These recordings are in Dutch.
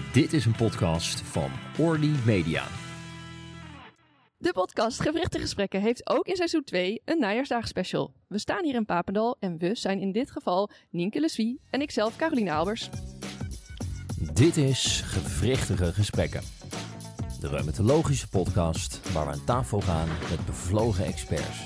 Dit is een podcast van Orly Media. De podcast Gewrichte Gesprekken heeft ook in seizoen 2 een najaarsdaagspecial. We staan hier in Papendal en we zijn in dit geval Nienke Leswie en ikzelf Caroline Albers. Dit is Gewrichtige Gesprekken. De reumatologische podcast waar we aan tafel gaan met bevlogen experts.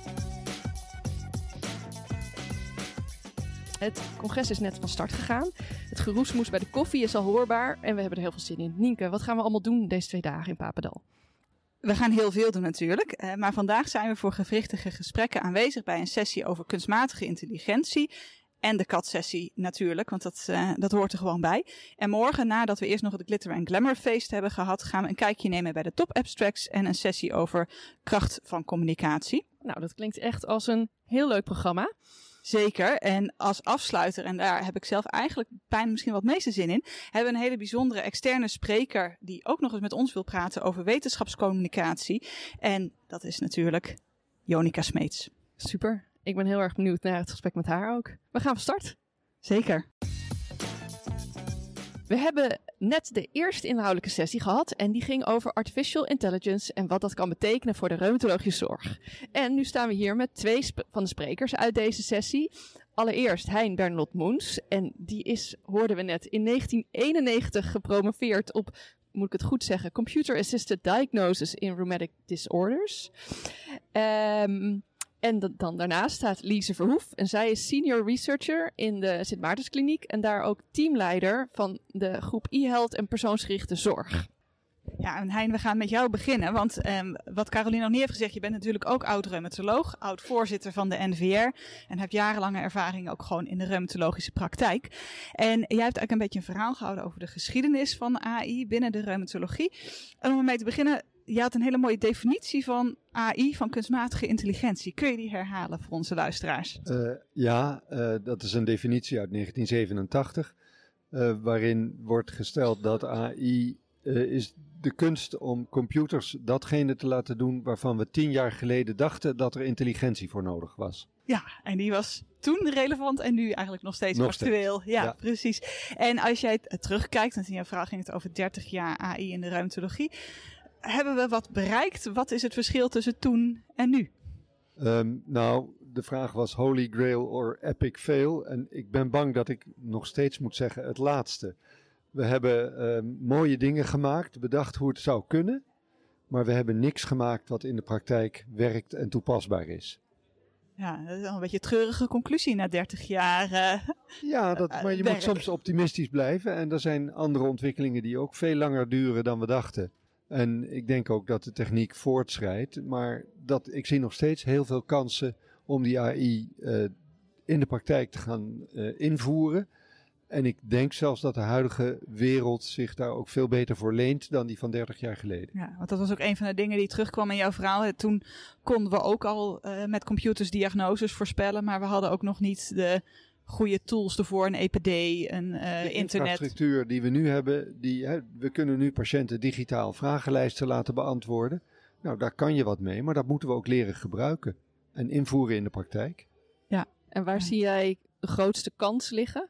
Het congres is net van start gegaan. Het geroesmoes bij de koffie is al hoorbaar en we hebben er heel veel zin in. Nienke, wat gaan we allemaal doen deze 2 dagen in Papendal? We gaan heel veel doen natuurlijk, maar vandaag zijn we voor gewrichtige gesprekken aanwezig bij een sessie over kunstmatige intelligentie. En de katsessie natuurlijk, want dat hoort er gewoon bij. En morgen, nadat we eerst nog het Glitter and Glamour feest hebben gehad, gaan we een kijkje nemen bij de top abstracts en een sessie over kracht van communicatie. Nou, dat klinkt echt als een heel leuk programma. Zeker. En als afsluiter, en daar heb ik zelf eigenlijk bijna misschien wat meeste zin in, hebben we een hele bijzondere externe spreker die ook nog eens met ons wil praten over wetenschapscommunicatie. En dat is natuurlijk Jonica Smeets. Super. Ik ben heel erg benieuwd naar het gesprek met haar ook. We gaan van start. Zeker. We hebben net de eerste inhoudelijke sessie gehad en die ging over artificial intelligence en wat dat kan betekenen voor de reumatologische zorg. En nu staan we hier met 2 van de sprekers uit deze sessie. Allereerst Hein Bernot Moens en die is, hoorden we net, in 1991 gepromoveerd op, moet ik het goed zeggen, Computer Assisted Diagnosis in Rheumatic Disorders. En dan daarnaast staat Lise Verhoef en zij is senior researcher in de Sint Maartenskliniek en daar ook teamleider van de groep e-health en persoonsgerichte zorg. Ja, en Hein, we gaan met jou beginnen, want wat Caroline nog niet heeft gezegd, je bent natuurlijk ook oud-reumatoloog, oud-voorzitter van de NVR en hebt jarenlange ervaring ook gewoon in de reumatologische praktijk. En jij hebt eigenlijk een beetje een verhaal gehouden over de geschiedenis van AI binnen de reumatologie. En om ermee te beginnen, je had een hele mooie definitie van AI, van kunstmatige intelligentie. Kun je die herhalen voor onze luisteraars? Dat is een definitie uit 1987, waarin wordt gesteld dat AI is de kunst om computers datgene te laten doen waarvan we 10 jaar geleden dachten dat er intelligentie voor nodig was. Ja, en die was toen relevant en nu eigenlijk nog steeds actueel. Ja, precies. En als jij terugkijkt, en in jouw vraag ging het over 30 jaar AI in de reumatologie. Hebben we wat bereikt? Wat is het verschil tussen toen en nu? De vraag was Holy Grail or Epic Fail. En ik ben bang dat ik nog steeds moet zeggen het laatste. We hebben mooie dingen gemaakt, bedacht hoe het zou kunnen. Maar we hebben niks gemaakt wat in de praktijk werkt en toepasbaar is. Ja, dat is wel een beetje een treurige conclusie na 30 jaar. Maar je moet soms optimistisch blijven. En er zijn andere ontwikkelingen die ook veel langer duren dan we dachten. En ik denk ook dat de techniek voortschrijdt, maar ik zie nog steeds heel veel kansen om die AI in de praktijk te gaan invoeren. En ik denk zelfs dat de huidige wereld zich daar ook veel beter voor leent dan die van 30 jaar geleden. Ja, want dat was ook een van de dingen die terugkwam in jouw verhaal. Toen konden we ook al met computers diagnoses voorspellen, maar we hadden ook nog niet de goede tools ervoor, een EPD, een internet. Infrastructuur die we nu hebben, we kunnen nu patiënten digitaal vragenlijsten laten beantwoorden. Nou, daar kan je wat mee, maar dat moeten we ook leren gebruiken en invoeren in de praktijk. Ja, en waar zie jij de grootste kans liggen?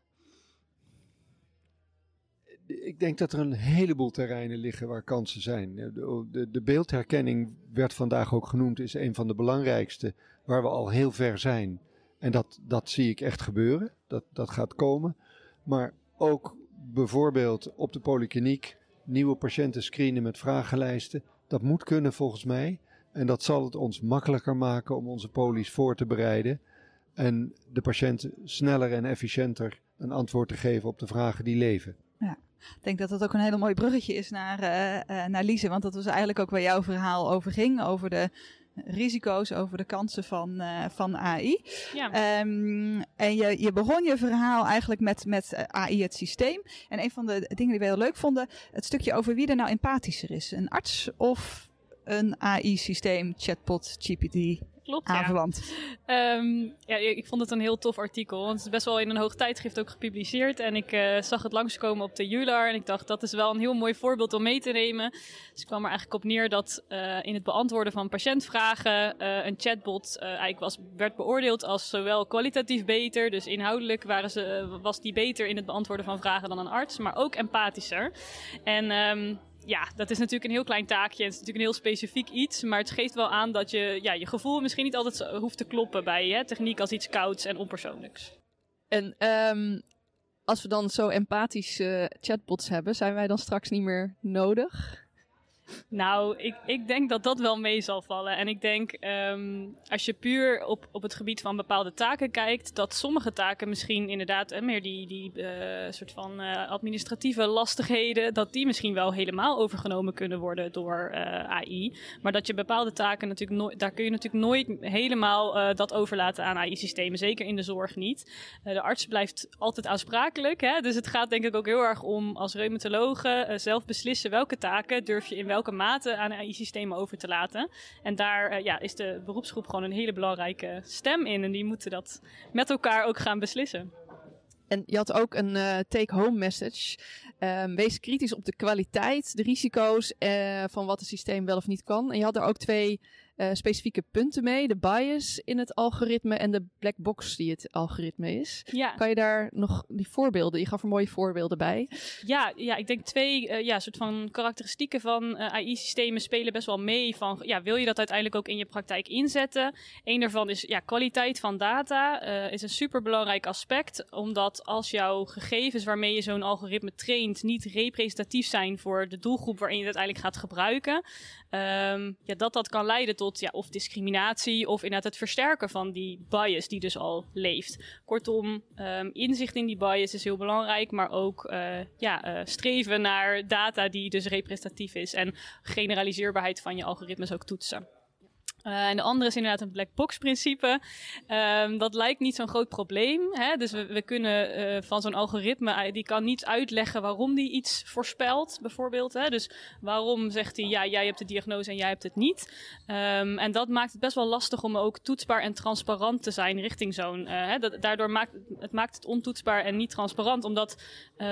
Ik denk dat er een heleboel terreinen liggen waar kansen zijn. De beeldherkenning werd vandaag ook genoemd, is een van de belangrijkste, waar we al heel ver zijn. En dat zie ik echt gebeuren. Dat gaat komen. Maar ook bijvoorbeeld op de polykliniek nieuwe patiënten screenen met vragenlijsten. Dat moet kunnen volgens mij. En dat zal het ons makkelijker maken om onze polies voor te bereiden. En de patiënt sneller en efficiënter een antwoord te geven op de vragen die leven. Ja, ik denk dat dat ook een hele mooi bruggetje is naar Lise. Want dat was eigenlijk ook waar jouw verhaal over ging. Over de risico's, over de kansen van AI. Ja. En je begon je verhaal eigenlijk met AI, het systeem. En een van de dingen die we heel leuk vonden, het stukje over wie er nou empathischer is. Een arts of een AI-systeem, chatbot, GPT, Klopt, aanverwant. Ja, ik vond het een heel tof artikel. Want het is best wel in een hoog tijdschrift ook gepubliceerd. En ik zag het langskomen op de EULAR. En ik dacht, dat is wel een heel mooi voorbeeld om mee te nemen. Dus ik kwam er eigenlijk op neer dat in het beantwoorden van patiëntvragen een chatbot eigenlijk werd beoordeeld als zowel kwalitatief beter. Dus inhoudelijk was die beter in het beantwoorden van vragen dan een arts. Maar ook empathischer. En ja, dat is natuurlijk een heel klein taakje. Het is natuurlijk een heel specifiek iets. Maar het geeft wel aan dat je gevoel misschien niet altijd hoeft te kloppen bij techniek als iets kouds en onpersoonlijks. En als we dan zo empathische chatbots hebben, zijn wij dan straks niet meer nodig? Nou, ik denk dat dat wel mee zal vallen. En ik denk, als je puur op het gebied van bepaalde taken kijkt, dat sommige taken misschien inderdaad meer die soort van administratieve lastigheden, dat die misschien wel helemaal overgenomen kunnen worden door AI. Maar dat je bepaalde taken natuurlijk daar kun je natuurlijk nooit helemaal dat overlaten aan AI-systemen. Zeker in de zorg niet. De arts blijft altijd aansprakelijk. Hè? Dus het gaat denk ik ook heel erg om als reumatologe zelf beslissen welke taken durf je in welke mate aan AI-systemen over te laten. En daar is de beroepsgroep gewoon een hele belangrijke stem in. En die moeten dat met elkaar ook gaan beslissen. En je had ook een take-home message. Wees kritisch op de kwaliteit, de risico's van wat het systeem wel of niet kan. En je had er ook 2 specifieke punten mee. De bias in het algoritme en de black box die het algoritme is. Ja. Kan je daar nog die voorbeelden, je gaf er mooie voorbeelden bij. Ja, ik denk 2 soort van karakteristieken van AI-systemen spelen best wel mee. Van, wil je dat uiteindelijk ook in je praktijk inzetten? Eén daarvan is kwaliteit van data. Is een superbelangrijk aspect. Omdat als jouw gegevens waarmee je zo'n algoritme traint niet representatief zijn voor de doelgroep waarin je het uiteindelijk gaat gebruiken. Dat kan leiden tot of discriminatie of inderdaad het versterken van die bias die dus al leeft. Kortom, inzicht in die bias is heel belangrijk, maar ook streven naar data die dus representatief is en generaliseerbaarheid van je algoritmes ook toetsen. En de andere is inderdaad een black box principe. Dat lijkt niet zo'n groot probleem. Hè? Dus we kunnen van zo'n algoritme, die kan niet uitleggen waarom die iets voorspelt, bijvoorbeeld. Hè? Dus waarom zegt hij, jij hebt de diagnose en jij hebt het niet. En dat maakt het best wel lastig om ook toetsbaar en transparant te zijn richting zo'n. Daardoor maakt het ontoetsbaar en niet transparant, omdat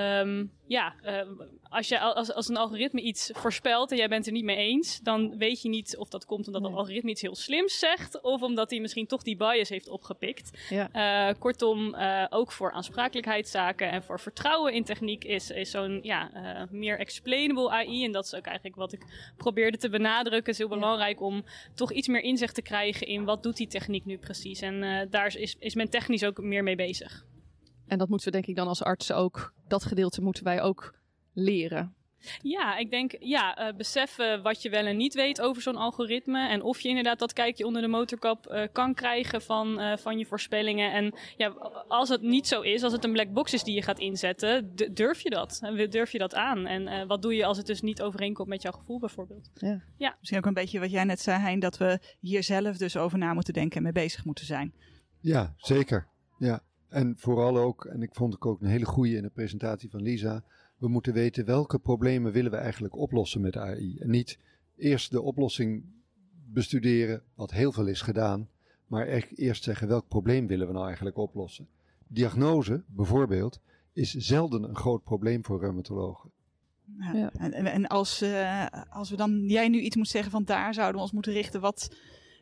als een algoritme iets voorspelt en jij bent er niet mee eens, dan weet je niet of dat komt omdat het algoritme iets heel slims zegt of omdat hij misschien toch die bias heeft opgepikt. Ja. Kortom, ook voor aansprakelijkheidszaken en voor vertrouwen in techniek is zo'n meer explainable AI, en dat is ook eigenlijk wat ik probeerde te benadrukken. Het is heel belangrijk om toch iets meer inzicht te krijgen in wat doet die techniek nu precies. En daar is men technisch ook meer mee bezig. En dat moeten we denk ik dan als artsen ook, dat gedeelte moeten wij ook leren. Ja, ik denk, beseffen wat je wel en niet weet over zo'n algoritme. En of je inderdaad dat kijkje onder de motorkap kan krijgen van je voorspellingen. En als het niet zo is, als het een black box is die je gaat inzetten, durf je dat? Durf je dat aan? En wat doe je als het dus niet overeenkomt met jouw gevoel bijvoorbeeld? Ja. Misschien ook een beetje wat jij net zei, Hein, dat we hier zelf dus over na moeten denken en mee bezig moeten zijn. Ja, zeker. Ja. En vooral ook, en ik vond het ook een hele goeie in de presentatie van Lisa, we moeten weten welke problemen willen we eigenlijk oplossen met AI. En niet eerst de oplossing bestuderen, wat heel veel is gedaan, maar eerst zeggen welk probleem willen we nou eigenlijk oplossen. Diagnose, bijvoorbeeld, is zelden een groot probleem voor reumatologen. Ja. En als we dan, jij nu iets moet zeggen van daar zouden we ons moeten richten, wat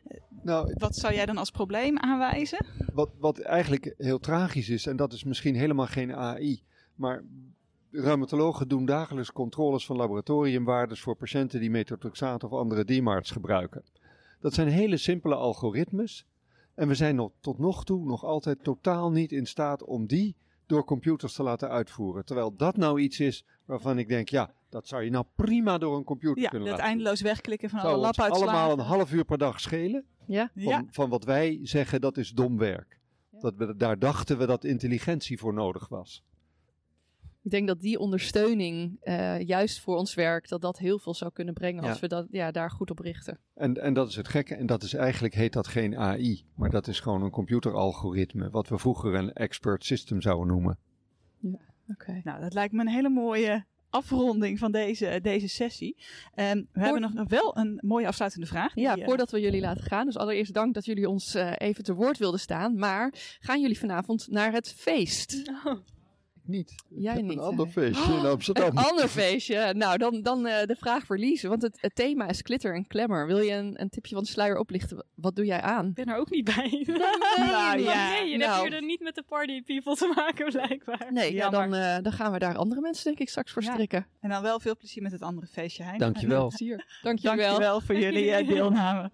zou jij dan als probleem aanwijzen? Wat eigenlijk heel tragisch is, en dat is misschien helemaal geen AI, maar reumatologen doen dagelijks controles van laboratoriumwaardes voor patiënten die methotrexaat of andere DMARDs gebruiken. Dat zijn hele simpele algoritmes en we zijn tot nog toe nog altijd totaal niet in staat om die door computers te laten uitvoeren. Terwijl dat nou iets is waarvan ik denk, dat zou je nou prima door een computer kunnen laten. Ja, dat eindeloos wegklikken van alle labuitslagen. Zou ons allemaal een half uur per dag schelen? Ja. Van wat wij zeggen, dat is dom werk. Ja. Daar dachten we dat intelligentie voor nodig was. Ik denk dat die ondersteuning, juist voor ons werk, dat heel veel zou kunnen brengen als we dat daar goed op richten. En dat is het gekke. En dat is eigenlijk, heet dat geen AI. Maar dat is gewoon een computeralgoritme. Wat we vroeger een expert system zouden noemen. Ja, oké. Nou, dat lijkt me een hele mooie afronding van deze sessie. We hebben nog wel een mooie afsluitende vraag. Voordat we jullie laten gaan. Dus allereerst dank dat jullie ons even te woord wilden staan. Maar gaan jullie vanavond naar het feest? Niet. Jij niet. Een ander feestje in Amsterdam. Een ander feestje. Nou, dan de vraag verliezen. Want het thema is glitter en glamour. Wil je een tipje van de sluier oplichten? Wat doe jij aan? Ik ben er ook niet bij. Nee, je hebt hier dan niet met de party people te maken, blijkbaar. Nee, dan gaan we daar andere mensen denk ik straks voor strikken. En dan wel veel plezier met het andere feestje, Hein. Dankjewel. Dankjewel voor jullie deelname.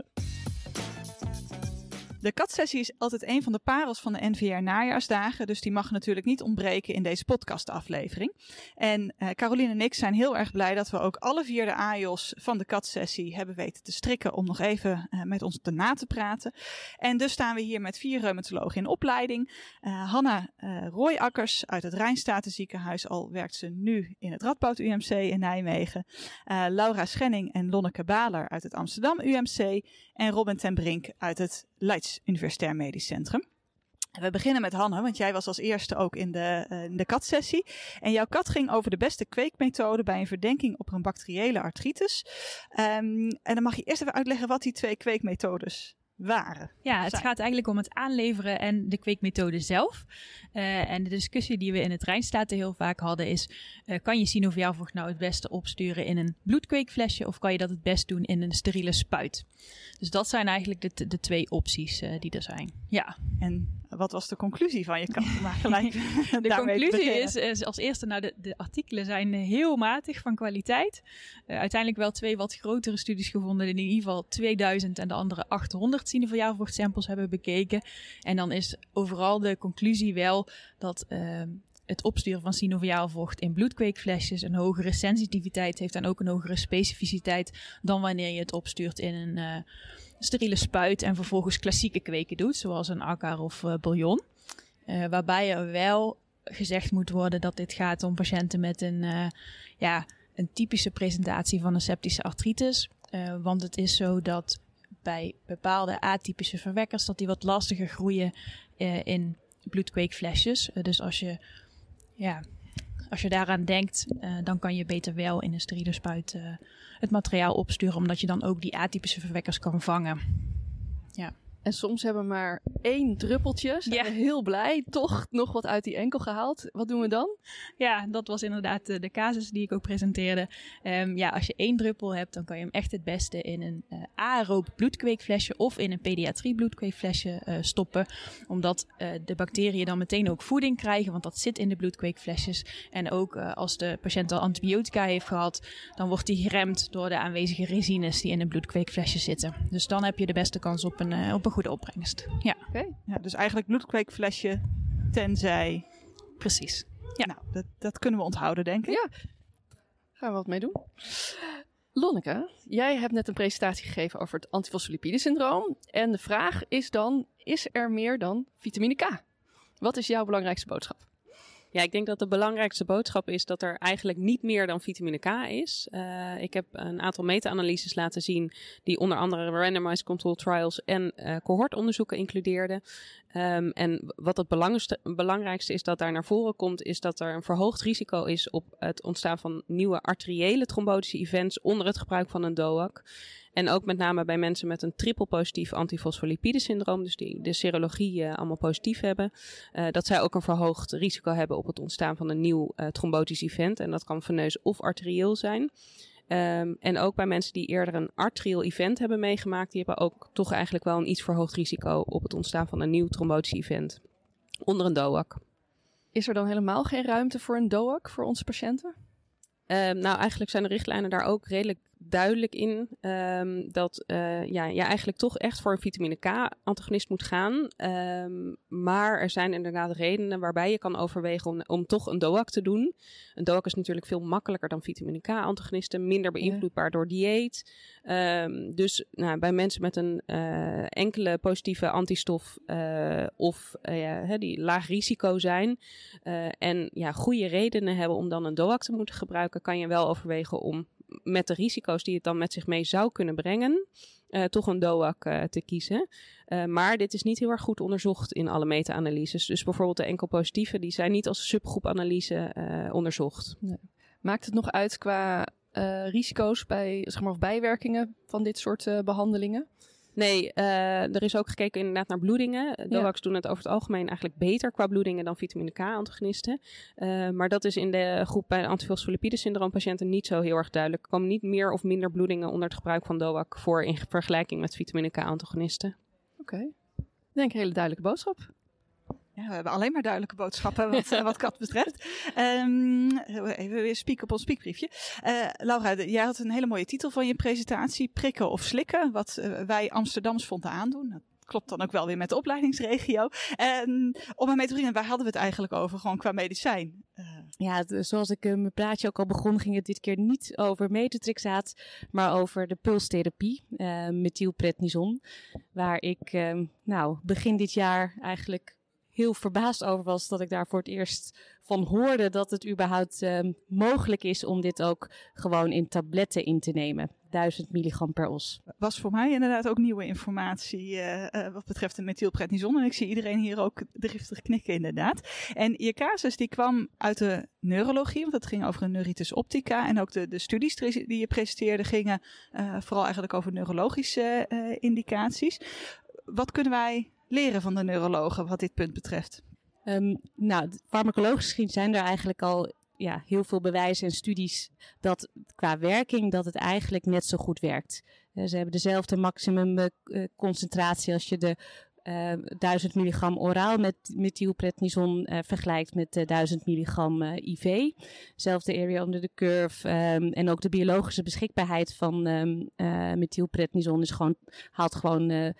De katsessie is altijd een van de parels van de NVR najaarsdagen, dus die mag natuurlijk niet ontbreken in deze podcastaflevering. En Caroline en ik zijn heel erg blij dat we ook alle 4 de AIOS van de katsessie hebben weten te strikken om nog even met ons na te praten. En dus staan we hier met 4 reumatologen in opleiding. Hanna Rooiakkers uit het Rijnstatenziekenhuis, al werkt ze nu in het Radboud UMC in Nijmegen. Laura Schenning en Lonneke Baler uit het Amsterdam UMC. En Robin ten Brink uit het Leids Universitair Medisch Centrum. We beginnen met Hanne, want jij was als eerste ook in de katsessie. En jouw kat ging over de beste kweekmethode bij een verdenking op een bacteriële artritis. En dan mag je eerst even uitleggen wat die 2 kweekmethodes waren. Ja, het gaat eigenlijk om het aanleveren en de kweekmethode zelf. En de discussie die we in het Rijnstaten heel vaak hadden is, kan je synoviaalvocht nou het beste opsturen in een bloedkweekflesje of kan je dat het best doen in een steriele spuit? Dus dat zijn eigenlijk de 2 opties die er zijn. Ja. En wat was de conclusie van je kat? Maar gelijk de conclusie is als eerste, nou de artikelen zijn heel matig van kwaliteit. Uiteindelijk wel 2 wat grotere studies gevonden, in ieder geval 2000 en de andere 800 synoviaalvochtsamples hebben bekeken. En dan is overal de conclusie wel dat het opsturen van synoviaalvocht in bloedkweekflesjes een hogere sensitiviteit heeft en ook een hogere specificiteit dan wanneer je het opstuurt in een steriele spuit en vervolgens klassieke kweken doet, zoals een agar of bouillon. Waarbij er wel gezegd moet worden dat dit gaat om patiënten met een typische presentatie van een septische artritis. Want het is zo dat bij bepaalde atypische verwekkers dat die wat lastiger groeien in bloedkweekflesjes. Dus als je daaraan denkt, dan kan je beter wel in een steriele spuit het materiaal opsturen, omdat je dan ook die atypische verwekkers kan vangen. Ja. En soms hebben we maar 1 druppeltje. Zijn we heel blij. Toch nog wat uit die enkel gehaald. Wat doen we dan? Ja, dat was inderdaad de casus die ik ook presenteerde. Als je 1 druppel hebt, dan kan je hem echt het beste in een aerobe bloedkweekflesje of in een pediatrie bloedkweekflesje stoppen. Omdat de bacteriën dan meteen ook voeding krijgen, want dat zit in de bloedkweekflesjes. En ook als de patiënt al antibiotica heeft gehad, dan wordt die geremd door de aanwezige resines die in een bloedkweekflesje zitten. Dus dan heb je de beste kans op een goede opbrengst. Ja. Okay. Ja, dus eigenlijk bloedkweekflesje tenzij. Precies. Ja. Nou, dat kunnen we onthouden, denk ik. Ja. Gaan we wat mee doen. Lonneke, jij hebt net een presentatie gegeven over het antifosfolipide-syndroom. En de vraag is dan, is er meer dan vitamine K? Wat is jouw belangrijkste boodschap? Ja, ik denk dat de belangrijkste boodschap is dat er eigenlijk niet meer dan vitamine K is. Ik heb een aantal meta-analyses laten zien die onder andere randomized control trials en cohortonderzoeken includeerden. En wat het belangrijkste is dat daar naar voren komt, is dat er een verhoogd risico is op het ontstaan van nieuwe arteriële trombotische events onder het gebruik van een DOAC. En ook met name bij mensen met een triple positief antifosfolipide-syndroom, dus die de serologie allemaal positief hebben, dat zij ook een verhoogd risico hebben op het ontstaan van een nieuw trombotisch event. En dat kan veneus of arterieel zijn. En ook bij mensen die eerder een arterieel event hebben meegemaakt, die hebben ook toch eigenlijk wel een iets verhoogd risico op het ontstaan van een nieuw trombotisch event onder een DOAC. Is er dan helemaal geen ruimte voor een DOAC voor onze patiënten? Nou, eigenlijk zijn de richtlijnen daar ook redelijk duidelijk in dat je eigenlijk toch echt voor een vitamine K-antagonist moet gaan. Maar er zijn inderdaad redenen waarbij je kan overwegen om toch een DOAC te doen. Een DOAC is natuurlijk veel makkelijker dan vitamine K-antagonisten, minder beïnvloedbaar door dieet. Dus bij mensen met een enkele positieve antistof die laag risico zijn en goede redenen hebben om dan een DOAC te moeten gebruiken, kan je wel overwegen om met de risico's die het dan met zich mee zou kunnen brengen, toch een DOAC te kiezen. Maar dit is niet heel erg goed onderzocht in alle meta-analyses. Dus bijvoorbeeld de enkel positieve, die zijn niet als subgroepanalyse onderzocht. Nee. Maakt het nog uit qua risico's of bijwerkingen van dit soort behandelingen? Nee, er is ook gekeken inderdaad naar bloedingen. DOACs doen het over het algemeen eigenlijk beter qua bloedingen dan vitamine K-antagonisten. Maar dat is in de groep bij de antifosfolipide-syndroom patiënten niet zo heel erg duidelijk. Er komen niet meer of minder bloedingen onder het gebruik van DOAC voor in vergelijking met vitamine K-antagonisten. Oké. Ik denk een hele duidelijke boodschap. Ja, we hebben alleen maar duidelijke boodschappen wat kat betreft. Even weer spiek op ons spiekbriefje. Laura, jij had een hele mooie titel van je presentatie. Prikken of slikken, wat wij Amsterdams vonden aandoen. Dat klopt dan ook wel weer met de opleidingsregio. Om ermee te beginnen, waar hadden we het eigenlijk over, gewoon qua medicijn? Ja, zoals ik mijn praatje ook al begon, ging het dit keer niet over metotrexaat, maar over de pulstherapie, methylprednison. Waar ik begin dit jaar eigenlijk heel verbaasd over was dat ik daar voor het eerst van hoorde dat het überhaupt mogelijk is om dit ook gewoon in tabletten in te nemen. 1000 milligram per os. Was voor mij inderdaad ook nieuwe informatie wat betreft de methylprednison. En ik zie iedereen hier ook driftig knikken inderdaad. En je casus die kwam uit de neurologie, want het ging over een neuritis optica. En ook de studies die je presenteerde gingen vooral eigenlijk over neurologische indicaties. Wat kunnen wij leren van de neurologen wat dit punt betreft? Farmacologisch gezien zijn er eigenlijk al heel veel bewijzen en studies dat qua werking dat het eigenlijk net zo goed werkt. Ze hebben dezelfde maximum concentratie als je de 1000 milligram oraal met methylprednison vergelijkt met 1000 milligram IV. Zelfde area under the curve. En ook de biologische beschikbaarheid van methylprednison haalt gewoon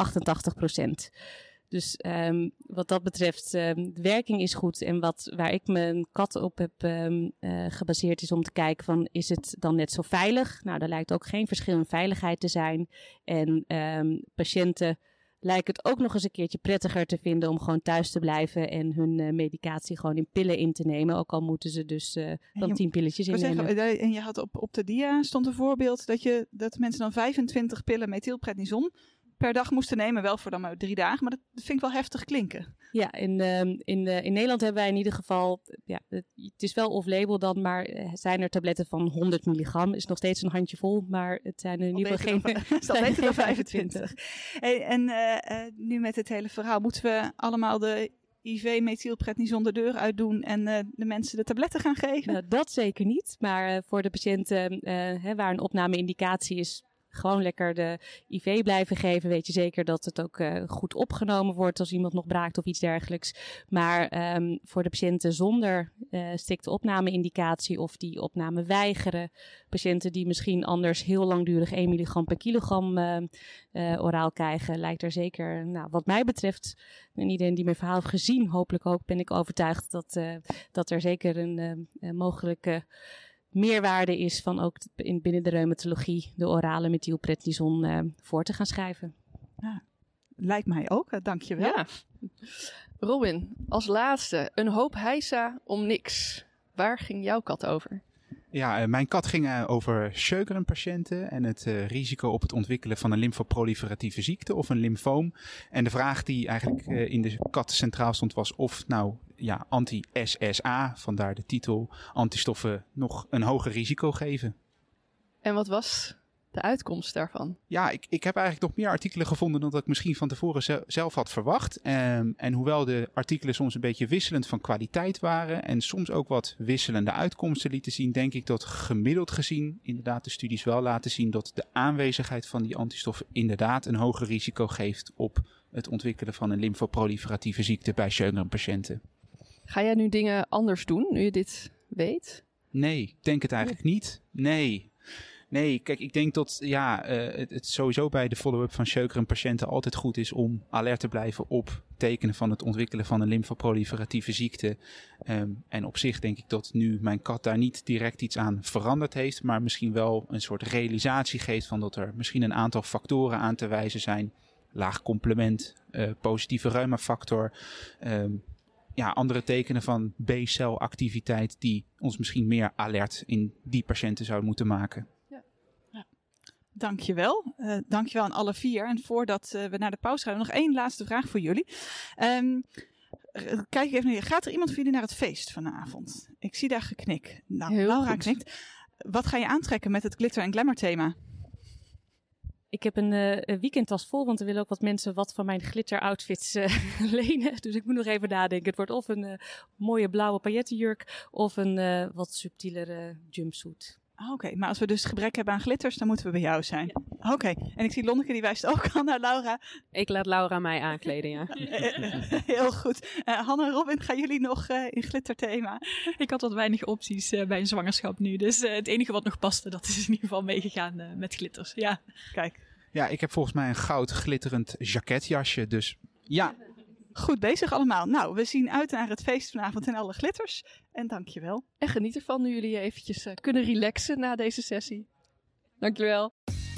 88%. Dus wat dat betreft, de werking is goed. En waar ik mijn kat op heb gebaseerd is om te kijken van, is het dan net zo veilig? Nou, daar lijkt ook geen verschil in veiligheid te zijn. En patiënten lijken het ook nog eens een keertje prettiger te vinden om gewoon thuis te blijven en hun medicatie gewoon in pillen in te nemen. Ook al moeten ze dus dan 10 pilletjes innemen. En je had op de dia stond een voorbeeld dat mensen dan 25 pillen methylprednison per dag moesten nemen, wel voor dan maar 3 dagen. Maar dat vind ik wel heftig klinken. Ja, in Nederland hebben wij in ieder geval, het is wel off-label dan, maar zijn er tabletten van 100 milligram. Is nog steeds een handjevol, maar het zijn er in ieder geval beter dan 25. En nu met het hele verhaal, moeten we allemaal de IV-methylprednison de deur uitdoen en de mensen de tabletten gaan geven? Nou, dat zeker niet, maar voor de patiënten waar een opname-indicatie is, gewoon lekker de IV blijven geven. Weet je zeker dat het ook goed opgenomen wordt als iemand nog braakt of iets dergelijks. Maar voor de patiënten zonder strikte opname-indicatie of die opname weigeren, patiënten die misschien anders heel langdurig 1 milligram per kilogram oraal krijgen, lijkt er zeker, wat mij betreft, en iedereen die mijn verhaal heeft gezien, hopelijk ook, ben ik overtuigd dat er zeker een mogelijke meerwaarde is van ook binnen de reumatologie de orale methylprednison voor te gaan schrijven. Ja, lijkt mij ook, dankjewel. Ja. Robin, als laatste, een hoop heisa om niks. Waar ging jouw kat over? Ja, mijn kat ging over Sjögren-patiënten en het risico op het ontwikkelen van een lymfoproliferatieve ziekte of een lymfoom. En de vraag die eigenlijk in de kat centraal stond was of anti-SSA, vandaar de titel, antistoffen nog een hoger risico geven. En wat was de uitkomst daarvan? Ja, ik heb eigenlijk nog meer artikelen gevonden dan dat ik misschien van tevoren zelf had verwacht. En hoewel de artikelen soms een beetje wisselend van kwaliteit waren en soms ook wat wisselende uitkomsten lieten zien, denk ik dat gemiddeld gezien inderdaad de studies wel laten zien dat de aanwezigheid van die antistoffen inderdaad een hoger risico geeft op het ontwikkelen van een lymfoproliferatieve ziekte bij Sjögren-patiënten. Ga jij nu dingen anders doen, nu je dit weet? Nee, ik denk het eigenlijk niet. Nee, kijk, ik denk dat het sowieso bij de follow-up van Sjögren-patiënten altijd goed is om alert te blijven op tekenen van het ontwikkelen van een lymfoproliferatieve ziekte. En op zich denk ik dat nu mijn kat daar niet direct iets aan veranderd heeft, maar misschien wel een soort realisatie geeft van dat er misschien een aantal factoren aan te wijzen zijn. Laag complement, positieve reumafactor, andere tekenen van B-celactiviteit die ons misschien meer alert in die patiënten zouden moeten maken. Dankjewel. Dankjewel aan alle 4. En voordat we naar de pauze gaan, nog 1 laatste vraag voor jullie. kijk even naar je. Gaat er iemand van jullie naar het feest vanavond? Ik zie daar geknik. Nou, Heel Laura goed. knikt. Wat ga je aantrekken met het glitter en glamour thema? Ik heb een weekendtas vol, want er willen ook wat mensen wat van mijn glitter outfits lenen. Dus ik moet nog even nadenken. Het wordt of een mooie blauwe paillettenjurk of een wat subtielere jumpsuit. Oké, maar als we dus gebrek hebben aan glitters, dan moeten we bij jou zijn. Ja. Oké, en ik zie Lonneke, die wijst ook al naar Laura. Ik laat Laura mij aankleden, ja. Heel goed. Hanne en Robin, gaan jullie nog in glitterthema? Ik had wat weinig opties bij een zwangerschap nu. Dus het enige wat nog paste, dat is in ieder geval meegegaan met glitters. Ja. Kijk. Ja, ik heb volgens mij een goud glitterend jacketjasje, dus ja. Goed bezig allemaal. Nou, we zien uit naar het feest vanavond in alle glitters. En dankjewel. En geniet ervan nu jullie eventjes kunnen relaxen na deze sessie. Dankjewel.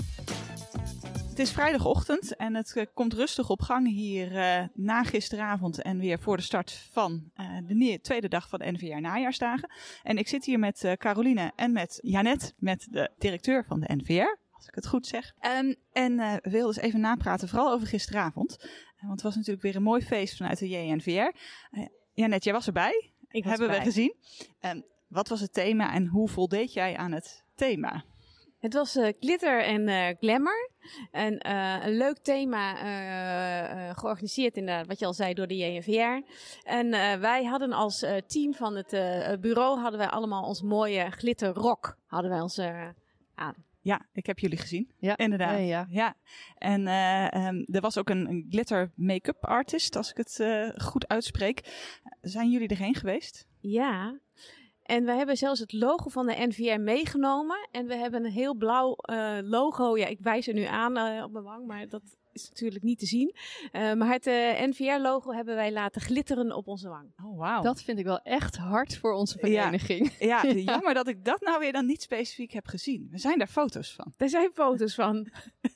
Het is vrijdagochtend en het komt rustig op gang hier na gisteravond en weer voor de start van de tweede dag van de NVR Najaarsdagen. En ik zit hier met Caroline en met Janet, met de directeur van de NVR, als ik het goed zeg. We wilden dus even napraten, vooral over gisteravond. Want het was natuurlijk weer een mooi feest vanuit de JNVR. Janet, jij was erbij. Hebben we gezien. Wat was het thema en hoe voldeed jij aan het thema? Het was glitter en glamour. En een leuk thema georganiseerd inderdaad, wat je al zei, door de JNVR. En wij hadden als team van het bureau, hadden wij allemaal ons mooie glitterrok hadden wij ons aan. Ja, ik heb jullie gezien. Ja, inderdaad. Ja. En er was ook een glitter make-up artist, als ik het goed uitspreek. Zijn jullie erheen geweest? Ja. En we hebben zelfs het logo van de NVR meegenomen. En we hebben een heel blauw logo. Ja, ik wijs er nu aan op mijn wang, maar dat is natuurlijk niet te zien. Maar het NVR-logo hebben wij laten glitteren op onze wang. Oh, wauw. Dat vind ik wel echt hard voor onze vereniging. Ja, jammer dat ik dat nou weer dan niet specifiek heb gezien. Er zijn daar foto's van. Er zijn foto's van.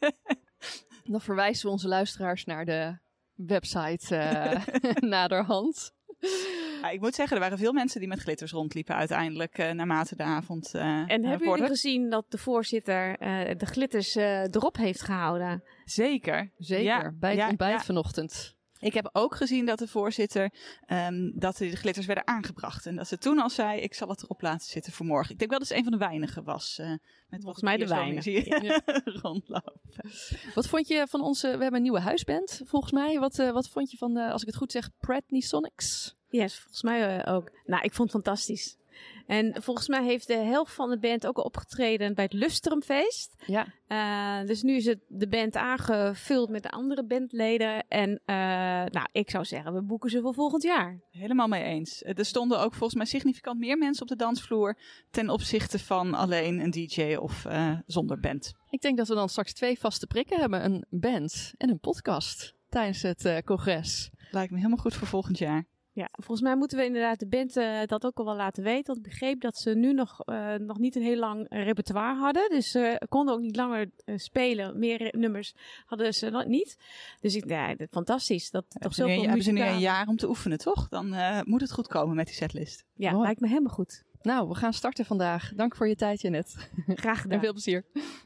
Dan verwijzen we onze luisteraars naar de website naderhand. Ja, ik moet zeggen, er waren veel mensen die met glitters rondliepen uiteindelijk naarmate de avond En hebben jullie gezien dat de voorzitter de glitters erop heeft gehouden? Zeker. Zeker, bij het ontbijt vanochtend. Ik heb ook gezien dat de voorzitter, dat de glitters werden aangebracht. En dat ze toen al zei, ik zal het erop laten zitten voor morgen. Ik denk wel dat ze een van de weinigen was. Met volgens mij de weinige. Rondlopen. Wat vond je van onze, we hebben een nieuwe huisband volgens mij. Wat vond je van, als ik het goed zeg, Pretney Sonics? Ja, volgens mij ook. Nou, ik vond het fantastisch. En volgens mij heeft de helft van de band ook al opgetreden bij het Lustrumfeest. Ja. Dus nu is de band aangevuld met de andere bandleden. En nou, ik zou zeggen, we boeken ze voor volgend jaar. Helemaal mee eens. Er stonden ook volgens mij significant meer mensen op de dansvloer ten opzichte van alleen een DJ of zonder band. Ik denk dat we dan straks 2 vaste prikken hebben. Een band en een podcast tijdens het congres. Lijkt me helemaal goed voor volgend jaar. Ja, volgens mij moeten we inderdaad de band dat ook al wel laten weten. Want ik begreep dat ze nu nog niet een heel lang repertoire hadden. Dus ze konden ook niet langer spelen. Meer nummers hadden ze nog niet. Dus fantastisch. Hebben ze nu een jaar om te oefenen, toch? Dan moet het goed komen met die setlist. Ja, lijkt me helemaal goed. Nou, we gaan starten vandaag. Dank voor je tijd, Janet. Graag gedaan. En veel plezier.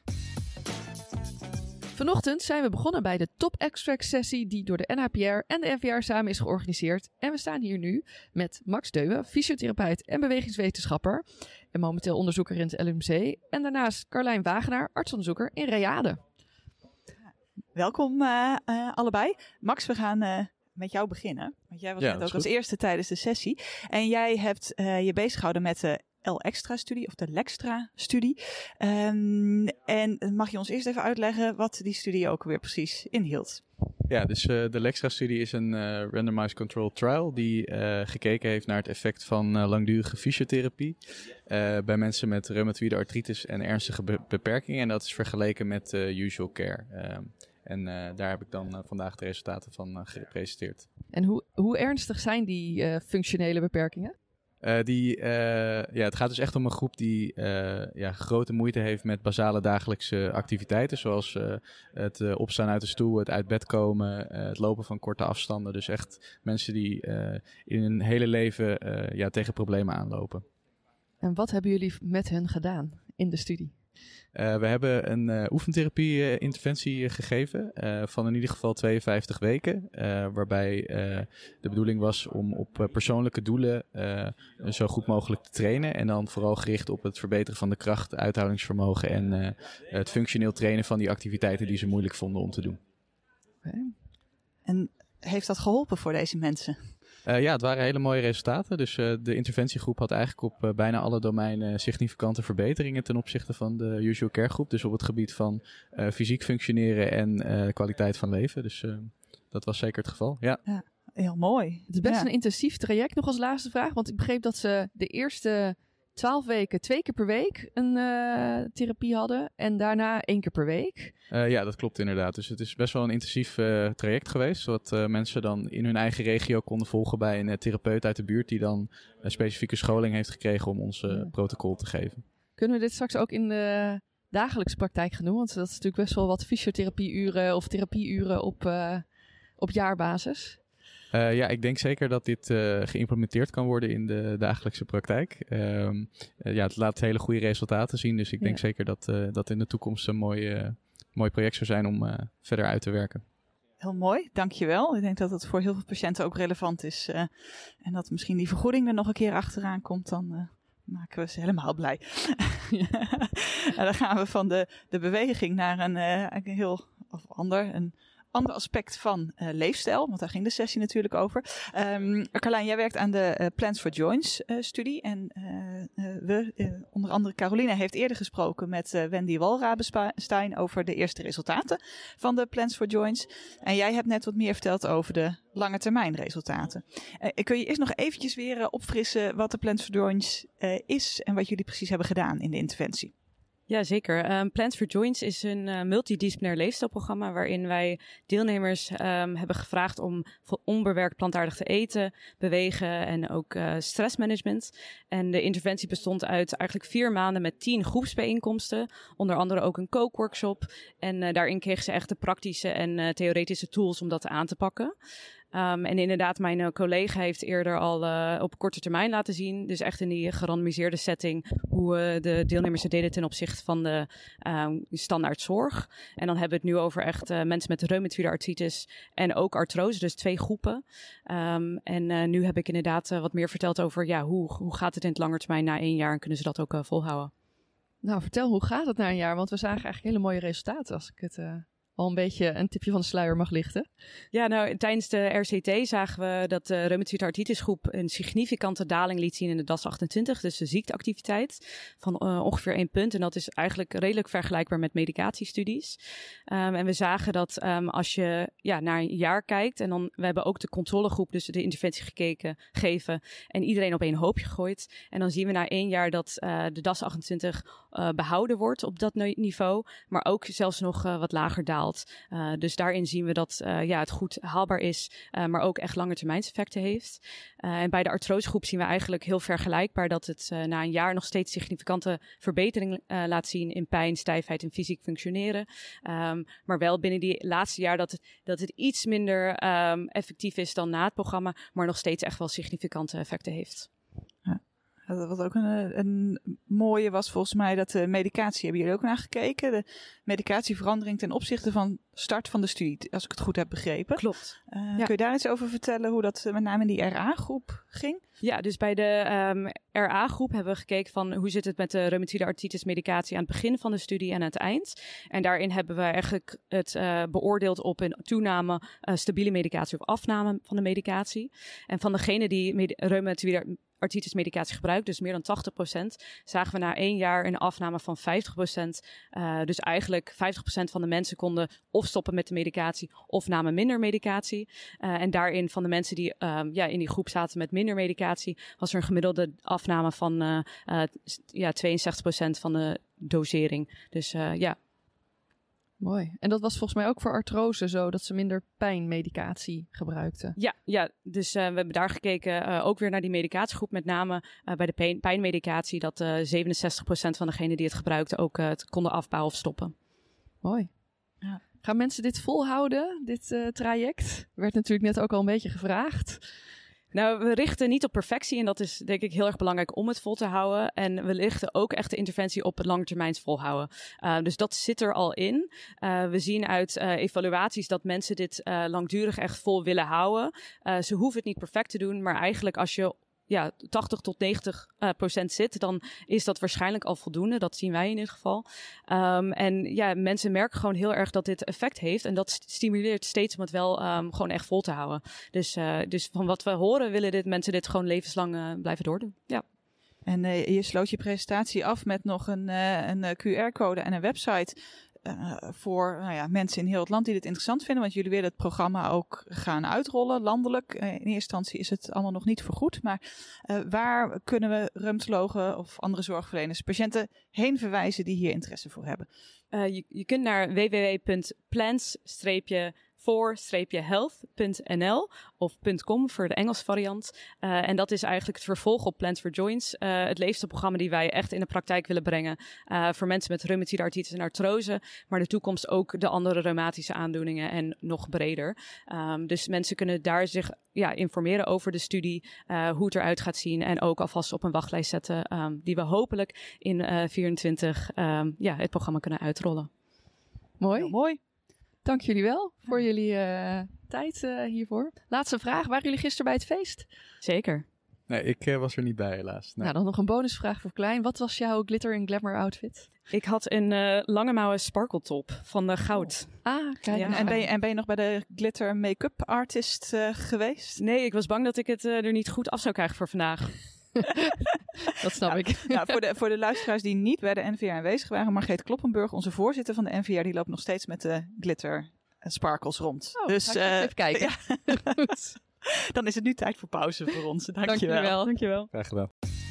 Vanochtend zijn we begonnen bij de Top Extract sessie die door de NHPR en de NVR samen is georganiseerd. En we staan hier nu met Max Deuwe, fysiotherapeut en bewegingswetenschapper. En momenteel onderzoeker in het LUMC. En daarnaast Carlijn Wagenaar, artsonderzoeker in Reade. Welkom allebei. Max, we gaan met jou beginnen. Want jij was net ook als eerste tijdens de sessie. En jij hebt je bezig gehouden met de L-Extra-studie of de Lextra-studie. En mag je ons eerst even uitleggen wat die studie ook weer precies inhield? Ja, dus de Lextra-studie is een randomized controlled trial die gekeken heeft naar het effect van langdurige fysiotherapie bij mensen met reumatoïde artritis en ernstige beperkingen. En dat is vergeleken met usual care. Daar heb ik dan vandaag de resultaten van gepresenteerd. En hoe ernstig zijn die functionele beperkingen? Het gaat dus echt om een groep die grote moeite heeft met basale dagelijkse activiteiten. Zoals het opstaan uit de stoel, het uit bed komen, het lopen van korte afstanden. Dus echt mensen die in hun hele leven tegen problemen aanlopen. En wat hebben jullie met hen gedaan in de studie? We hebben een oefentherapie-interventie gegeven van in ieder geval 52 weken. Waarbij de bedoeling was om op persoonlijke doelen zo goed mogelijk te trainen. En dan vooral gericht op het verbeteren van de kracht, uithoudingsvermogen en het functioneel trainen van die activiteiten die ze moeilijk vonden om te doen. Okay. En heeft dat geholpen voor deze mensen? Ja, het waren hele mooie resultaten. Dus de interventiegroep had eigenlijk op bijna alle domeinen significante verbeteringen ten opzichte van de usual care groep. Dus op het gebied van fysiek functioneren en kwaliteit van leven. Dus dat was zeker het geval. Ja. Heel mooi. Het is best een intensief traject. Nog als laatste vraag, want ik begreep dat ze de eerste 12 weken 2 keer per week een therapie hadden en daarna 1 keer per week. Ja, dat klopt inderdaad. Dus het is best wel een intensief traject geweest, wat mensen dan in hun eigen regio konden volgen bij een therapeut uit de buurt die dan een specifieke scholing heeft gekregen om ons protocol te geven. Kunnen we dit straks ook in de dagelijkse praktijk gaan doen? Want dat is natuurlijk best wel wat fysiotherapieuren of therapieuren op jaarbasis. Ja, ik denk zeker dat dit geïmplementeerd kan worden in de dagelijkse praktijk. Het laat hele goede resultaten zien. Dus ik denk zeker dat in de toekomst een mooi project zou zijn om verder uit te werken. Heel mooi, dankjewel. Ik denk dat het voor heel veel patiënten ook relevant is. En dat misschien die vergoeding er nog een keer achteraan komt, dan maken we ze helemaal blij. En dan gaan we van de beweging naar een heel een ander aspect van leefstijl, want daar ging de sessie natuurlijk over. Carlijn, jij werkt aan de Plans for Joints studie en onder andere Caroline heeft eerder gesproken met Wendy Walrabenstein over de eerste resultaten van de Plans for Joints. En jij hebt net wat meer verteld over de lange termijn resultaten. Kun je eerst nog eventjes weer opfrissen wat de Plans for Joints is en wat jullie precies hebben gedaan in de interventie? Ja, zeker. Plans for Joints is een multidisciplinair leefstijlprogramma waarin wij deelnemers hebben gevraagd om onbewerkt plantaardig te eten, bewegen en ook stressmanagement. En de interventie bestond uit eigenlijk 4 maanden met 10 groepsbijeenkomsten, onder andere ook een kookworkshop. En daarin kregen ze echt de praktische en theoretische tools om dat aan te pakken. En inderdaad, mijn collega heeft eerder al op korte termijn laten zien, dus echt in die gerandomiseerde setting, hoe de deelnemers het deden ten opzichte van de standaard zorg. En dan hebben we het nu over echt mensen met reumatoïde artritis en ook artrose, dus 2 groepen. En nu heb ik inderdaad wat meer verteld over hoe gaat het in het langetermijn na 1 jaar en kunnen ze dat ook volhouden. Nou, vertel, hoe gaat het na 1 jaar? Want we zagen eigenlijk hele mooie resultaten als ik het al een beetje een tipje van de sluier mag lichten. Ja, nou, tijdens de RCT zagen we dat de reumatoïde artritis groep een significante daling liet zien in de DAS28, dus de ziekteactiviteit van ongeveer 1 punt. En dat is eigenlijk redelijk vergelijkbaar met medicatiestudies. En we zagen dat als je naar 1 jaar kijkt, en dan we hebben ook de controlegroep, dus de interventie gegeven en iedereen op 1 hoopje gegooid. En dan zien we na 1 jaar dat de DAS28 behouden wordt op dat niveau, maar ook zelfs nog wat lager daalt. Dus daarin zien we dat het goed haalbaar is, maar ook echt langetermijnseffecten heeft. En bij de artrosegroep zien we eigenlijk heel vergelijkbaar dat het na 1 jaar nog steeds significante verbetering laat zien in pijn, stijfheid en fysiek functioneren. Maar wel binnen die laatste jaar dat het iets minder effectief is dan na het programma, maar nog steeds echt wel significante effecten heeft. Ja. Wat ook een mooie was volgens mij, dat de medicatie, hebben jullie ook naar gekeken? De medicatieverandering ten opzichte van start van de studie, als ik het goed heb begrepen. Klopt. Kun je daar iets over vertellen, hoe dat met name in die RA-groep ging? Ja, dus bij de RA-groep hebben we gekeken van hoe zit het met de reumatoïde artritis medicatie aan het begin van de studie en aan het eind. En daarin hebben we eigenlijk het beoordeeld op een toename, stabiele medicatie of afname van de medicatie. En van degene die reumatoïde artritis medicatie gebruikt, dus meer dan 80%, zagen we na 1 jaar een afname van 50%. Dus eigenlijk 50% van de mensen konden of stoppen met de medicatie of namen minder medicatie. En daarin van de mensen die in die groep zaten met minder medicatie, was er een gemiddelde afname van 62% van de dosering. Dus Mooi. En dat was volgens mij ook voor artrose zo, dat ze minder pijnmedicatie gebruikten. Ja, dus we hebben daar gekeken ook weer naar die medicatiegroep. Met name bij de pijnmedicatie, dat 67% van degenen die het gebruikten ook het konden afbouwen of stoppen. Mooi. Ja. Gaan mensen dit volhouden, dit traject? Werd natuurlijk net ook al een beetje gevraagd. Nou, we richten niet op perfectie en dat is denk ik heel erg belangrijk om het vol te houden. En we richten ook echt de interventie op het langetermijns volhouden. Dus dat zit er al in. We zien uit evaluaties dat mensen dit langdurig echt vol willen houden. Ze hoeven het niet perfect te doen, maar eigenlijk als je 80 tot 90% zit, dan is dat waarschijnlijk al voldoende. Dat zien wij in ieder geval. En mensen merken gewoon heel erg dat dit effect heeft. En dat stimuleert steeds om het wel gewoon echt vol te houden. Dus van wat we horen willen mensen dit gewoon levenslang blijven doordoen. Ja. En je sloot je presentatie af met nog een QR-code en een website voor mensen in heel het land die dit interessant vinden. Want jullie willen het programma ook gaan uitrollen, landelijk. In eerste instantie is het allemaal nog niet vergoed. Maar waar kunnen we reumatologen of andere zorgverleners patiënten heen verwijzen die hier interesse voor hebben? Je kunt naar www.plans-for-health.nl of .com voor de Engelse variant. En dat is eigenlijk het vervolg op Plans for Joints. Het leefstijlprogramma die wij echt in de praktijk willen brengen. Voor mensen met reumatoïde artritis en artrose. Maar in de toekomst ook de andere reumatische aandoeningen en nog breder. Dus mensen kunnen daar zich informeren over de studie. Hoe het eruit gaat zien. En ook alvast op een wachtlijst zetten. Die we hopelijk in 2024 het programma kunnen uitrollen. Mooi. Heel mooi. Dank jullie wel voor jullie tijd hiervoor. Laatste vraag. Waren jullie gisteren bij het feest? Zeker. Nee, ik was er niet bij helaas. Nou, dan nog een bonusvraag voor Klein. Wat was jouw glitter en glamour outfit? Ik had een lange mouwen sparkle top van goud. Kijk. Ja, en ben je nog bij de glitter make-up artist geweest? Nee, ik was bang dat ik het er niet goed af zou krijgen voor vandaag. Dat snap ik. Voor de luisteraars die niet bij de NVR aanwezig waren, Margreet Kloppenburg, onze voorzitter van de NVR, die loopt nog steeds met de glitter sparkles rond. Dus even kijken. Goed. Dan is het nu tijd voor pauze voor ons. Dankjewel. Graag gedaan.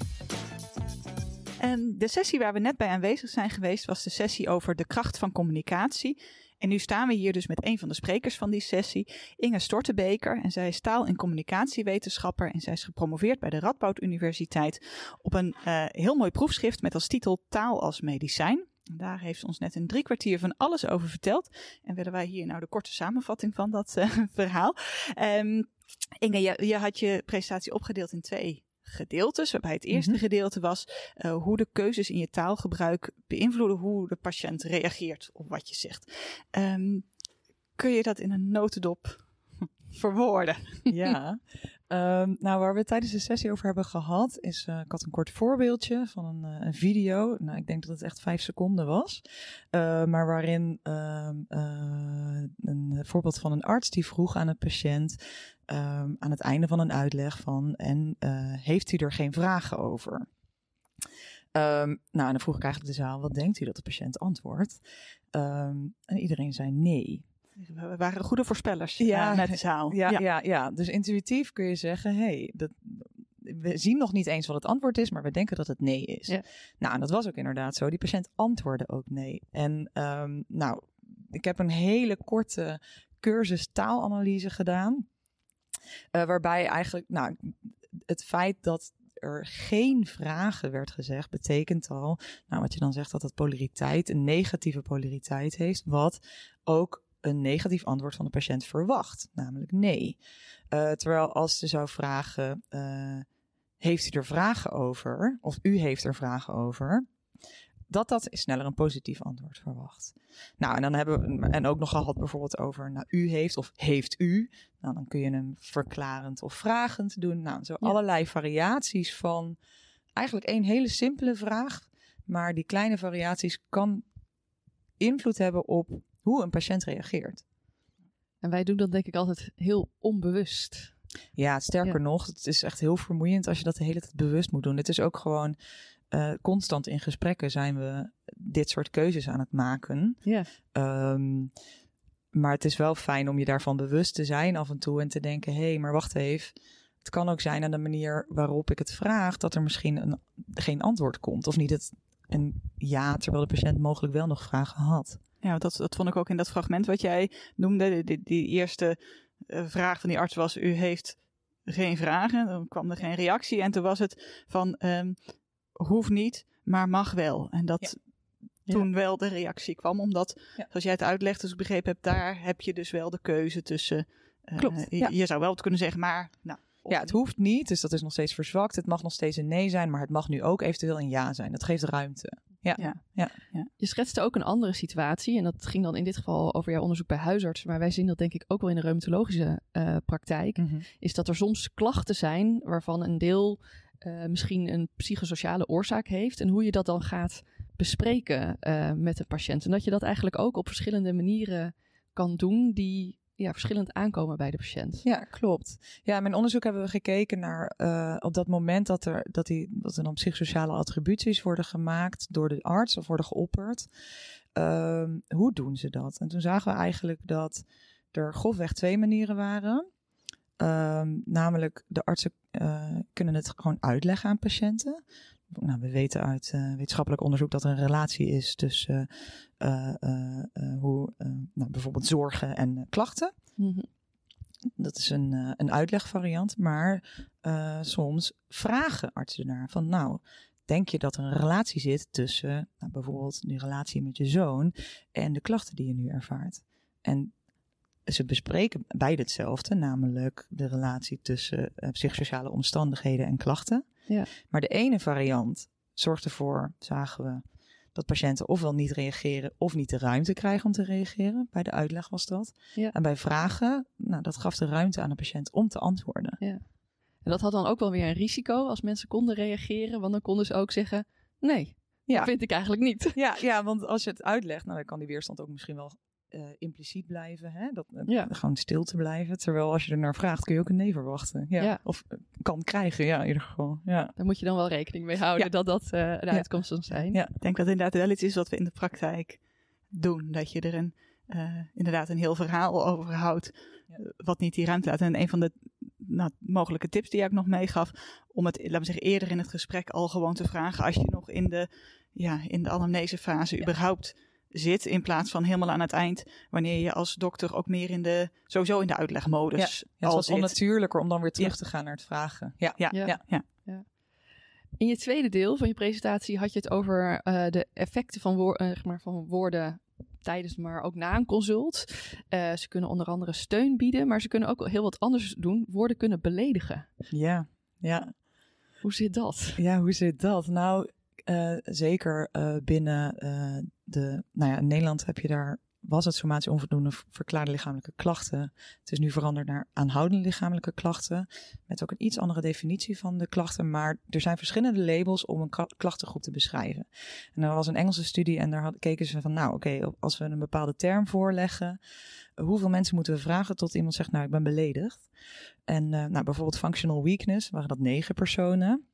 En de sessie waar we net bij aanwezig zijn geweest was de sessie over de kracht van communicatie. En nu staan we hier dus met een van de sprekers van die sessie, Inge Stortebeker. En zij is taal- en communicatiewetenschapper en zij is gepromoveerd bij de Radboud Universiteit op een heel mooi proefschrift met als titel Taal als medicijn. En daar heeft ze ons net in 3 kwartier van alles over verteld. En willen wij hier nou de korte samenvatting van dat verhaal. Inge, je had je presentatie opgedeeld in 2 gedeeltes, waarbij het eerste gedeelte was hoe de keuzes in je taalgebruik beïnvloeden hoe de patiënt reageert op wat je zegt. Kun je dat in een notendop verwoorden? Ja, waar we het tijdens de sessie over hebben gehad is, ik had een kort voorbeeldje van een video. Nou, ik denk dat het echt 5 seconden was. Maar waarin een voorbeeld van een arts die vroeg aan een patiënt aan het einde van een uitleg van, heeft u er geen vragen over? En dan vroeg ik eigenlijk de zaal, wat denkt u dat de patiënt antwoordt? En iedereen zei nee. We waren goede voorspellers met de zaal. Ja, dus intuïtief kun je zeggen, we zien nog niet eens wat het antwoord is, maar we denken dat het nee is. Ja. Nou, en dat was ook inderdaad zo. Die patiënt antwoordde ook nee. En ik heb een hele korte cursus taalanalyse gedaan. Waarbij eigenlijk, het feit dat er geen vragen werd gezegd, betekent al, wat je dan zegt, dat het polariteit, een negatieve polariteit heeft, wat ook een negatief antwoord van de patiënt verwacht, namelijk nee. Terwijl als ze zou vragen, heeft u er vragen over, of u heeft er vragen over, dat sneller een positief antwoord verwacht. Nou, en dan hebben we ook nog gehad bijvoorbeeld over, u heeft of heeft u. Nou, dan kun je hem verklarend of vragend doen. Nou, zo allerlei variaties van eigenlijk één hele simpele vraag, maar die kleine variaties kan invloed hebben op hoe een patiënt reageert. En wij doen dat denk ik altijd heel onbewust. Ja, sterker nog, het is echt heel vermoeiend als je dat de hele tijd bewust moet doen. Het is ook gewoon constant in gesprekken zijn we dit soort keuzes aan het maken. Ja. Maar het is wel fijn om je daarvan bewust te zijn af en toe en te denken, maar wacht even. Het kan ook zijn aan de manier waarop ik het vraag dat er misschien geen antwoord komt. Of niet een ja, terwijl de patiënt mogelijk wel nog vragen had. Ja, dat vond ik ook in dat fragment wat jij noemde. Die eerste vraag van die arts was, u heeft geen vragen. Dan kwam er geen reactie. En toen was het van, hoeft niet, maar mag wel. En dat toen wel de reactie kwam. Omdat, zoals jij het uitlegt, als ik begrepen heb, daar heb je dus wel de keuze tussen. Klopt. Je zou wel wat kunnen zeggen, maar Ja, het hoeft niet, dus dat is nog steeds verzwakt. Het mag nog steeds een nee zijn, maar het mag nu ook eventueel een ja zijn. Dat geeft ruimte. Ja. Je schetste ook een andere situatie. En dat ging dan in dit geval over jouw onderzoek bij huisartsen. Maar wij zien dat denk ik ook wel in de reumatologische praktijk. Mhm. Is dat er soms klachten zijn waarvan een deel misschien een psychosociale oorzaak heeft. En hoe je dat dan gaat bespreken met de patiënt. En dat je dat eigenlijk ook op verschillende manieren kan doen die verschillend aankomen bij de patiënt. Ja, klopt. Ja, in mijn onderzoek hebben we gekeken naar op dat moment dat er dan psychosociale attributies worden gemaakt door de arts of worden geopperd. Hoe doen ze dat? En toen zagen we eigenlijk dat er grofweg 2 manieren waren. Namelijk de artsen kunnen het gewoon uitleggen aan patiënten. Nou, we weten uit wetenschappelijk onderzoek dat er een relatie is tussen bijvoorbeeld zorgen en klachten. Mm-hmm. Dat is een uitlegvariant, maar soms vragen artsen naar van denk je dat er een relatie zit tussen bijvoorbeeld die relatie met je zoon en de klachten die je nu ervaart? En ze bespreken beide hetzelfde, namelijk de relatie tussen psychosociale omstandigheden en klachten. Ja. Maar de ene variant zorgt ervoor, zagen we, dat patiënten ofwel niet reageren of niet de ruimte krijgen om te reageren. Bij de uitleg was dat. Ja. En bij vragen, dat gaf de ruimte aan de patiënt om te antwoorden. Ja. En dat had dan ook wel weer een risico als mensen konden reageren. Want dan konden ze ook zeggen, nee, dat vind ik eigenlijk niet. Ja, want als je het uitlegt, dan kan die weerstand ook misschien wel impliciet blijven. Hè? Gewoon stil te blijven. Terwijl als je er naar vraagt, kun je ook een nee verwachten. Ja. Of kan krijgen, in ieder geval. Ja. Daar moet je dan wel rekening mee houden dat de uitkomsten zijn. Ja, ik denk dat inderdaad wel iets is wat we in de praktijk doen. Dat je er inderdaad een heel verhaal over houdt. Wat niet die ruimte laat. En een van de mogelijke tips die ik nog meegaf, om het, laten we zeggen, eerder in het gesprek al gewoon te vragen. Als je nog in de anamnesefase überhaupt zit, in plaats van helemaal aan het eind, wanneer je als dokter ook meer sowieso in de uitlegmodus het was onnatuurlijker om dan weer terug te gaan naar het vragen. Ja. In je tweede deel van je presentatie had je het over de effecten van woorden tijdens, maar ook na een consult. Ze kunnen onder andere steun bieden, maar ze kunnen ook heel wat anders doen. Woorden kunnen beledigen. Ja. Hoe zit dat? Ja, hoe zit dat? Nou, zeker binnen in Nederland was het somatische onvoldoende verklaarde lichamelijke klachten. Het is nu veranderd naar aanhoudende lichamelijke klachten. Met ook een iets andere definitie van de klachten. Maar er zijn verschillende labels om een klachtengroep te beschrijven. En er was een Engelse studie en daar keken ze van als we een bepaalde term voorleggen, hoeveel mensen moeten we vragen tot iemand zegt, ik ben beledigd. En bijvoorbeeld functional weakness waren dat 9 personen.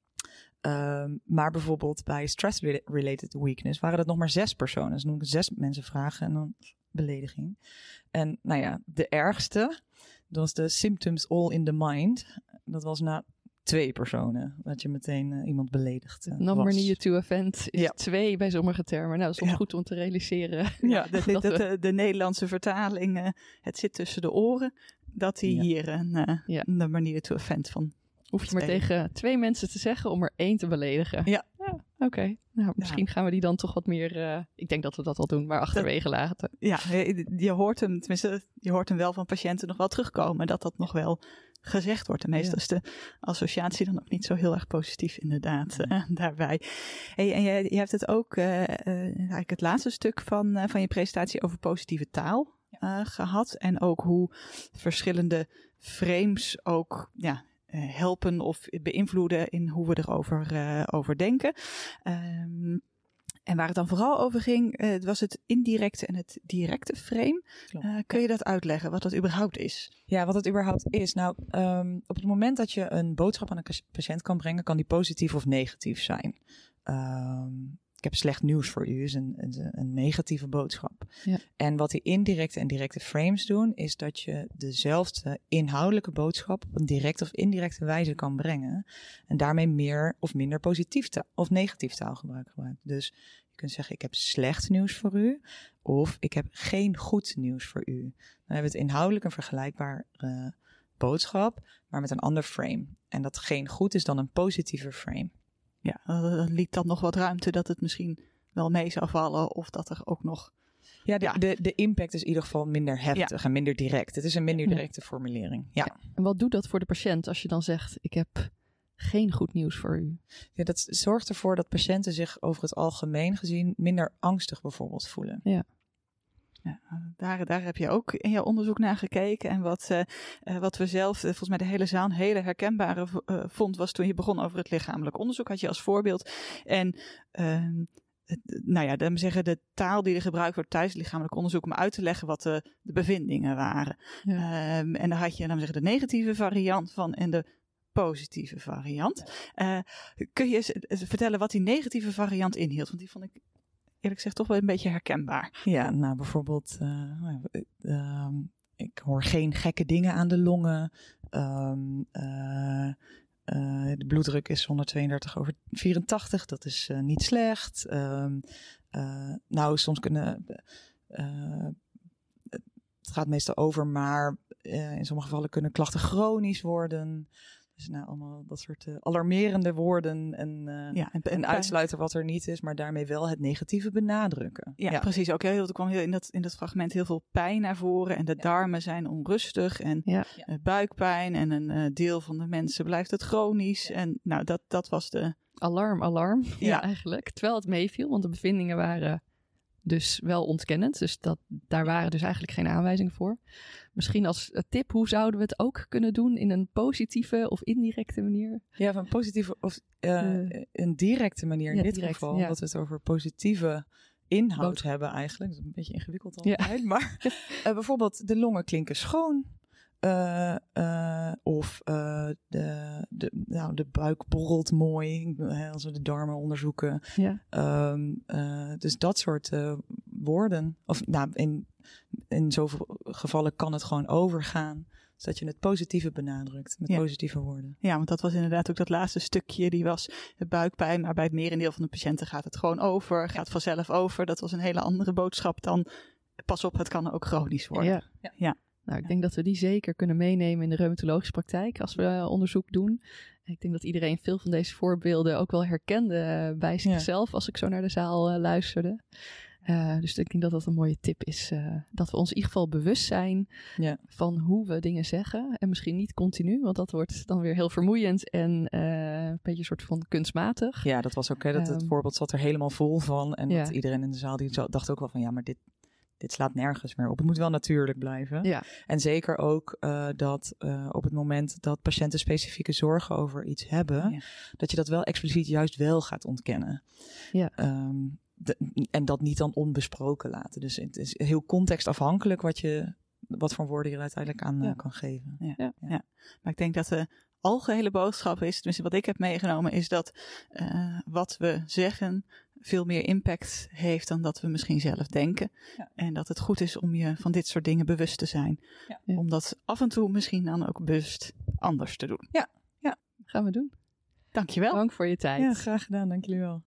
Maar bijvoorbeeld bij stress-related weakness waren dat nog maar 6 personen. Dus noem ik 6 mensen vragen en dan belediging. En de ergste, dat was de symptoms all in the mind. Dat was na 2 personen, dat je meteen iemand beledigt Number needed to offend is 2 bij sommige termen. Nou, dat is soms goed om te realiseren. Ja, de Nederlandse vertaling, het zit tussen de oren, dat hij hier een number needed to offend van. Hoef je maar tegen 2 mensen te zeggen om er 1 te beledigen. Ja. Oké. Nou, misschien gaan we die dan toch wat meer, ik denk dat we dat al doen, maar achterwege laten. Ja, je hoort hem wel van patiënten nog wel terugkomen, dat nog wel gezegd wordt. En meestal is de associatie dan ook niet zo heel erg positief inderdaad daarbij. Hey, en je hebt het ook, eigenlijk het laatste stuk van je presentatie over positieve taal gehad. En ook hoe verschillende frames ook helpen of beïnvloeden in hoe we erover denken. En waar het dan vooral over ging, was het indirecte en het directe frame. Kun je dat uitleggen, wat dat überhaupt is? Ja, wat het überhaupt is. Nou, op het moment dat je een boodschap aan een patiënt kan brengen, kan die positief of negatief zijn. Ik heb slecht nieuws voor u, is een negatieve boodschap. Ja. En wat die indirecte en directe frames doen, is dat je dezelfde inhoudelijke boodschap op een directe of indirecte wijze kan brengen. En daarmee meer of minder positief of negatief taalgebruik gebruikt. Dus je kunt zeggen, ik heb slecht nieuws voor u, of ik heb geen goed nieuws voor u. Dan hebben we het inhoudelijk een vergelijkbare boodschap, maar met een ander frame. En dat geen goed is dan een positieve frame. Ja, dat liet dan nog wat ruimte dat het misschien wel mee zou vallen of dat er ook nog Ja, de impact is in ieder geval minder heftig en minder direct. Het is een minder directe formulering. Ja. En wat doet dat voor de patiënt als je dan zegt, ik heb geen goed nieuws voor u? Ja, dat zorgt ervoor dat patiënten zich over het algemeen gezien minder angstig bijvoorbeeld voelen. Ja. Ja, daar heb je ook in jouw onderzoek naar gekeken. En wat we zelf, volgens mij de hele zaal, een hele herkenbare vond, was toen je begon over het lichamelijk onderzoek, had je als voorbeeld. En dan zeggen de taal die er gebruikt wordt tijdens het lichamelijk onderzoek om uit te leggen wat de bevindingen waren. Ja. En dan had je de negatieve variant van en de positieve variant. Kun je eens vertellen wat die negatieve variant inhield? Want die vond ik eerlijk gezegd toch wel een beetje herkenbaar. Ja, nou bijvoorbeeld, ik hoor geen gekke dingen aan de longen. De bloeddruk is 132/84, dat is niet slecht. Soms kunnen... het gaat meestal over, maar in sommige gevallen kunnen klachten chronisch worden. Dus allemaal dat soort alarmerende woorden en uitsluiten wat er niet is, maar daarmee wel het negatieve benadrukken. Ja, precies. Ook er kwam in dat fragment heel veel pijn naar voren en de darmen zijn onrustig en buikpijn en een deel van de mensen blijft het chronisch. En dat was de... Alarm. Ja, eigenlijk. Terwijl het meeviel, want de bevindingen waren dus wel ontkennend. Dus daar waren dus eigenlijk geen aanwijzingen voor. Misschien als tip, hoe zouden we het ook kunnen doen in een positieve of indirecte manier? Ja, van een positieve of een directe manier in dit geval. Omdat we het over positieve inhoud hebben eigenlijk. Dat is een beetje ingewikkeld altijd. Ja. Maar bijvoorbeeld de longen klinken schoon. De buik borrelt mooi als we de darmen onderzoeken. Ja. Dus dat soort woorden. Of in zoveel gevallen kan het gewoon overgaan. Zodat je het positieve benadrukt met positieve woorden. Ja, want dat was inderdaad ook dat laatste stukje. Die was de buikpijn. Maar bij het merendeel van de patiënten gaat het gewoon over. Gaat vanzelf over. Dat was een hele andere boodschap dan pas op, het kan ook chronisch worden. Ja. Nou, ik denk dat we die zeker kunnen meenemen in de reumatologische praktijk als we onderzoek doen. Ik denk dat iedereen veel van deze voorbeelden ook wel herkende bij zichzelf als ik zo naar de zaal luisterde. Dus ik denk dat dat een mooie tip is. Dat we ons in ieder geval bewust zijn van hoe we dingen zeggen. En misschien niet continu, want dat wordt dan weer heel vermoeiend en een beetje een soort van kunstmatig. Ja, dat was ook, dat het voorbeeld zat er helemaal vol van. En dat iedereen in de zaal die dacht ook wel van, ja, maar dit slaat nergens meer op. Het moet wel natuurlijk blijven. Ja. En zeker ook dat op het moment dat patiënten specifieke zorgen over iets hebben, dat je dat wel expliciet juist wel gaat ontkennen. Ja. En dat niet dan onbesproken laten. Dus het is heel contextafhankelijk wat voor woorden je er uiteindelijk aan kan geven. Ja. Maar ik denk dat de algehele boodschap is, tenminste wat ik heb meegenomen, is dat wat we zeggen veel meer impact heeft dan dat we misschien zelf denken. Ja. En dat het goed is om je van dit soort dingen bewust te zijn. Ja. Om dat af en toe misschien dan ook bewust anders te doen. Ja, gaan we doen. Dankjewel. Dank voor je tijd. Ja, graag gedaan. Dank jullie wel.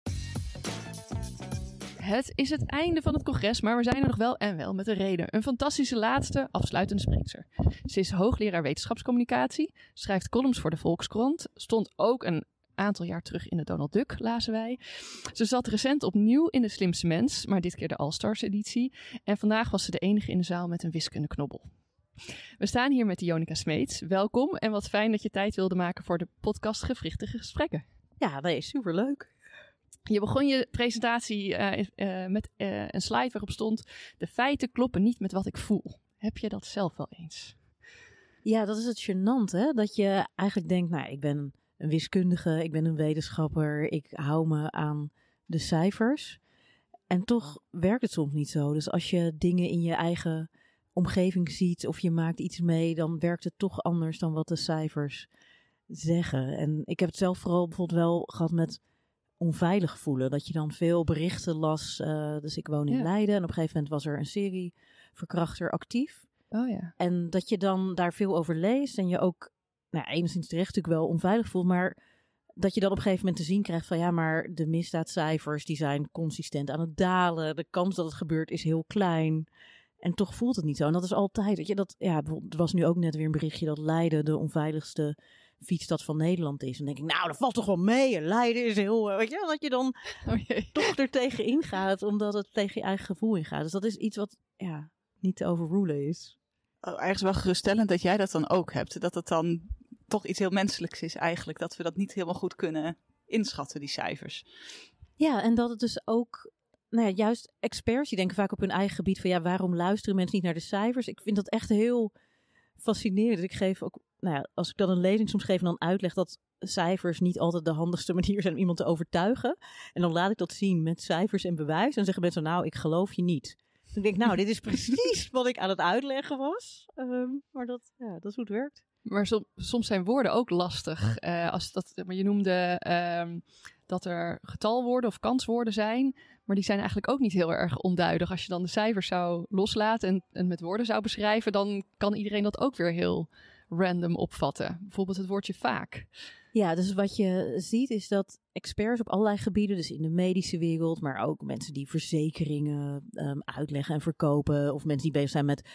Het is het einde van het congres, maar we zijn er nog wel en wel met een reden. Een fantastische laatste, afsluitende spreekster. Ze is hoogleraar wetenschapscommunicatie, schrijft columns voor de Volkskrant, stond ook een aantal jaar terug in de Donald Duck, lazen wij. Ze zat recent opnieuw in De Slimste Mens, maar dit keer de All-Stars editie. En vandaag was ze de enige in de zaal met een wiskundeknobbel. We staan hier met Jonica Smeets. Welkom en wat fijn dat je tijd wilde maken voor de podcast Gewrichtige Gesprekken. Ja, nee, superleuk. Je begon je presentatie met een slide waarop stond: de feiten kloppen niet met wat ik voel. Heb je dat zelf wel eens? Ja, dat is het gênant, hè? Dat je eigenlijk denkt, nou, ik ben een wiskundige, ik ben een wetenschapper, ik hou me aan de cijfers. En toch werkt het soms niet zo. Dus als je dingen in je eigen omgeving ziet of je maakt iets mee, dan werkt het toch anders dan wat de cijfers zeggen. En ik heb het zelf vooral bijvoorbeeld wel gehad met onveilig voelen. Dat je dan veel berichten las. Dus ik woon in Leiden en op een gegeven moment was er een serie verkrachter actief. Oh ja. En dat je dan daar veel over leest en je ook enigszins terecht natuurlijk wel onveilig voelt, maar dat je dan op een gegeven moment te zien krijgt van ja, maar de misdaadcijfers die zijn consistent aan het dalen. De kans dat het gebeurt is heel klein. En toch voelt het niet zo. En dat is altijd, weet je, bijvoorbeeld, er was nu ook net weer een berichtje dat Leiden de onveiligste fietsstad van Nederland is. Dan denk ik, nou, dat valt toch wel mee. Leiden is heel, weet je, dat je dan toch er tegen ingaat, omdat het tegen je eigen gevoel ingaat. Dus dat is iets wat, niet te overrulen is. Ergens wel geruststellend dat jij dat dan ook hebt. Dat het dan toch iets heel menselijks is eigenlijk. Dat we dat niet helemaal goed kunnen inschatten, die cijfers. Ja, en dat het dus ook, juist experts die denken vaak op hun eigen gebied van waarom luisteren mensen niet naar de cijfers? Ik vind dat echt heel fascinerend. Ik geef ook, als ik dan een lezing soms geef en dan uitleg dat cijfers niet altijd de handigste manier zijn om iemand te overtuigen. En dan laat ik dat zien met cijfers en bewijs. En dan zeggen mensen, ik geloof je niet. Dan denk ik, dit is precies wat ik aan het uitleggen was. Maar dat is hoe het werkt. Maar soms zijn woorden ook lastig. Maar je noemde dat er getalwoorden of kanswoorden zijn. Maar die zijn eigenlijk ook niet heel erg onduidelijk. Als je dan de cijfers zou loslaten en met woorden zou beschrijven, dan kan iedereen dat ook weer heel random opvatten. Bijvoorbeeld het woordje vaak. Ja, dus wat je ziet is dat experts op allerlei gebieden, dus in de medische wereld, maar ook mensen die verzekeringen uitleggen en verkopen, of mensen die bezig zijn met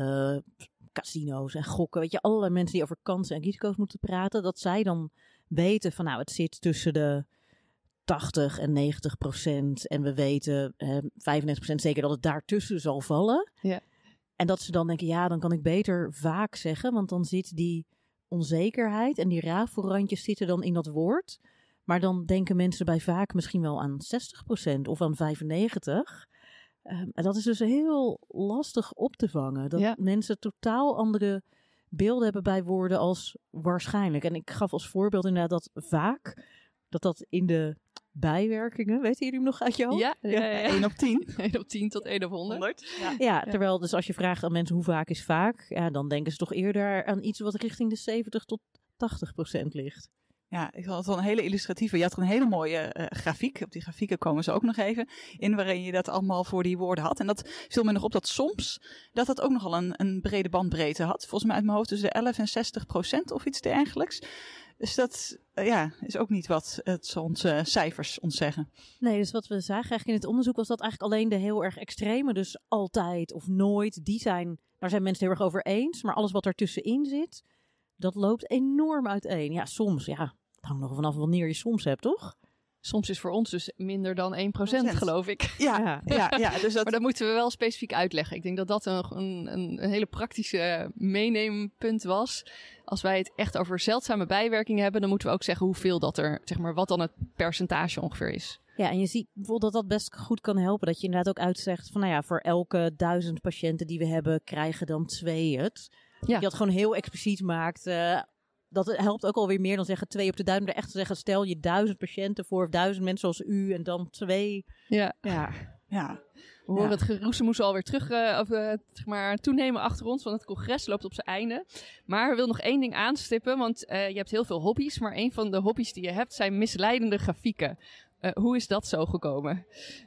casino's en gokken, weet je, allerlei mensen die over kansen en risico's moeten praten, dat zij dan weten van het zit tussen de 80 en 90% en we weten 95% zeker dat het daartussen zal vallen. Ja. En dat ze dan denken, dan kan ik beter vaak zeggen, want dan zit die onzekerheid en die rafelrandjes zitten dan in dat woord. Maar dan denken mensen bij vaak misschien wel aan 60% of aan 95%. En dat is dus heel lastig op te vangen. Dat mensen totaal andere beelden hebben bij woorden als waarschijnlijk. En ik gaf als voorbeeld inderdaad dat vaak, dat in de bijwerkingen, weten jullie hem nog uit je hoofd? Ja. 1 op 10. 1 op 10 tot 1 op 100. Ja, terwijl dus als je vraagt aan mensen hoe vaak is vaak, dan denken ze toch eerder aan iets wat richting de 70 tot 80% ligt. Ja, ik had het wel een hele illustratieve. Je had er een hele mooie grafiek. Op die grafieken komen ze ook nog even in, waarin je dat allemaal voor die woorden had. En dat viel me nog op dat soms dat het ook nogal een brede bandbreedte had. Volgens mij uit mijn hoofd tussen de 11 en 60% of iets dergelijks. Dus dat is ook niet wat onze cijfers ons zeggen. Nee, dus wat we zagen eigenlijk in het onderzoek was dat eigenlijk alleen de heel erg extreme, dus altijd of nooit, daar zijn mensen het heel erg over eens. Maar alles wat ertussenin zit, dat loopt enorm uiteen. Ja, soms, het hangt nog vanaf wanneer je soms hebt, toch? Soms is voor ons dus minder dan 1%, geloof ik. Ja. Dus dat... Maar dat moeten we wel specifiek uitleggen. Ik denk dat dat een hele praktische meeneempunt was. Als wij het echt over zeldzame bijwerkingen hebben, dan moeten we ook zeggen hoeveel dat er, wat dan het percentage ongeveer is. Ja, en je ziet bijvoorbeeld dat best goed kan helpen. Dat je inderdaad ook uitzegt van, voor elke 1000 patiënten die we hebben, krijgen dan 2 het. Ja. Je dat gewoon heel expliciet maakt. Dat helpt ook alweer meer dan zeggen 2 op de 1000. Maar echt te zeggen, stel je 1000 patiënten voor, of 1000 mensen zoals u en dan 2. Ja. We horen het geroezemoes alweer terug toenemen achter ons, want het congres loopt op zijn einde. Maar we willen nog 1 ding aanstippen, want je hebt heel veel hobby's, maar een van de hobby's die je hebt zijn misleidende grafieken. Hoe is dat zo gekomen?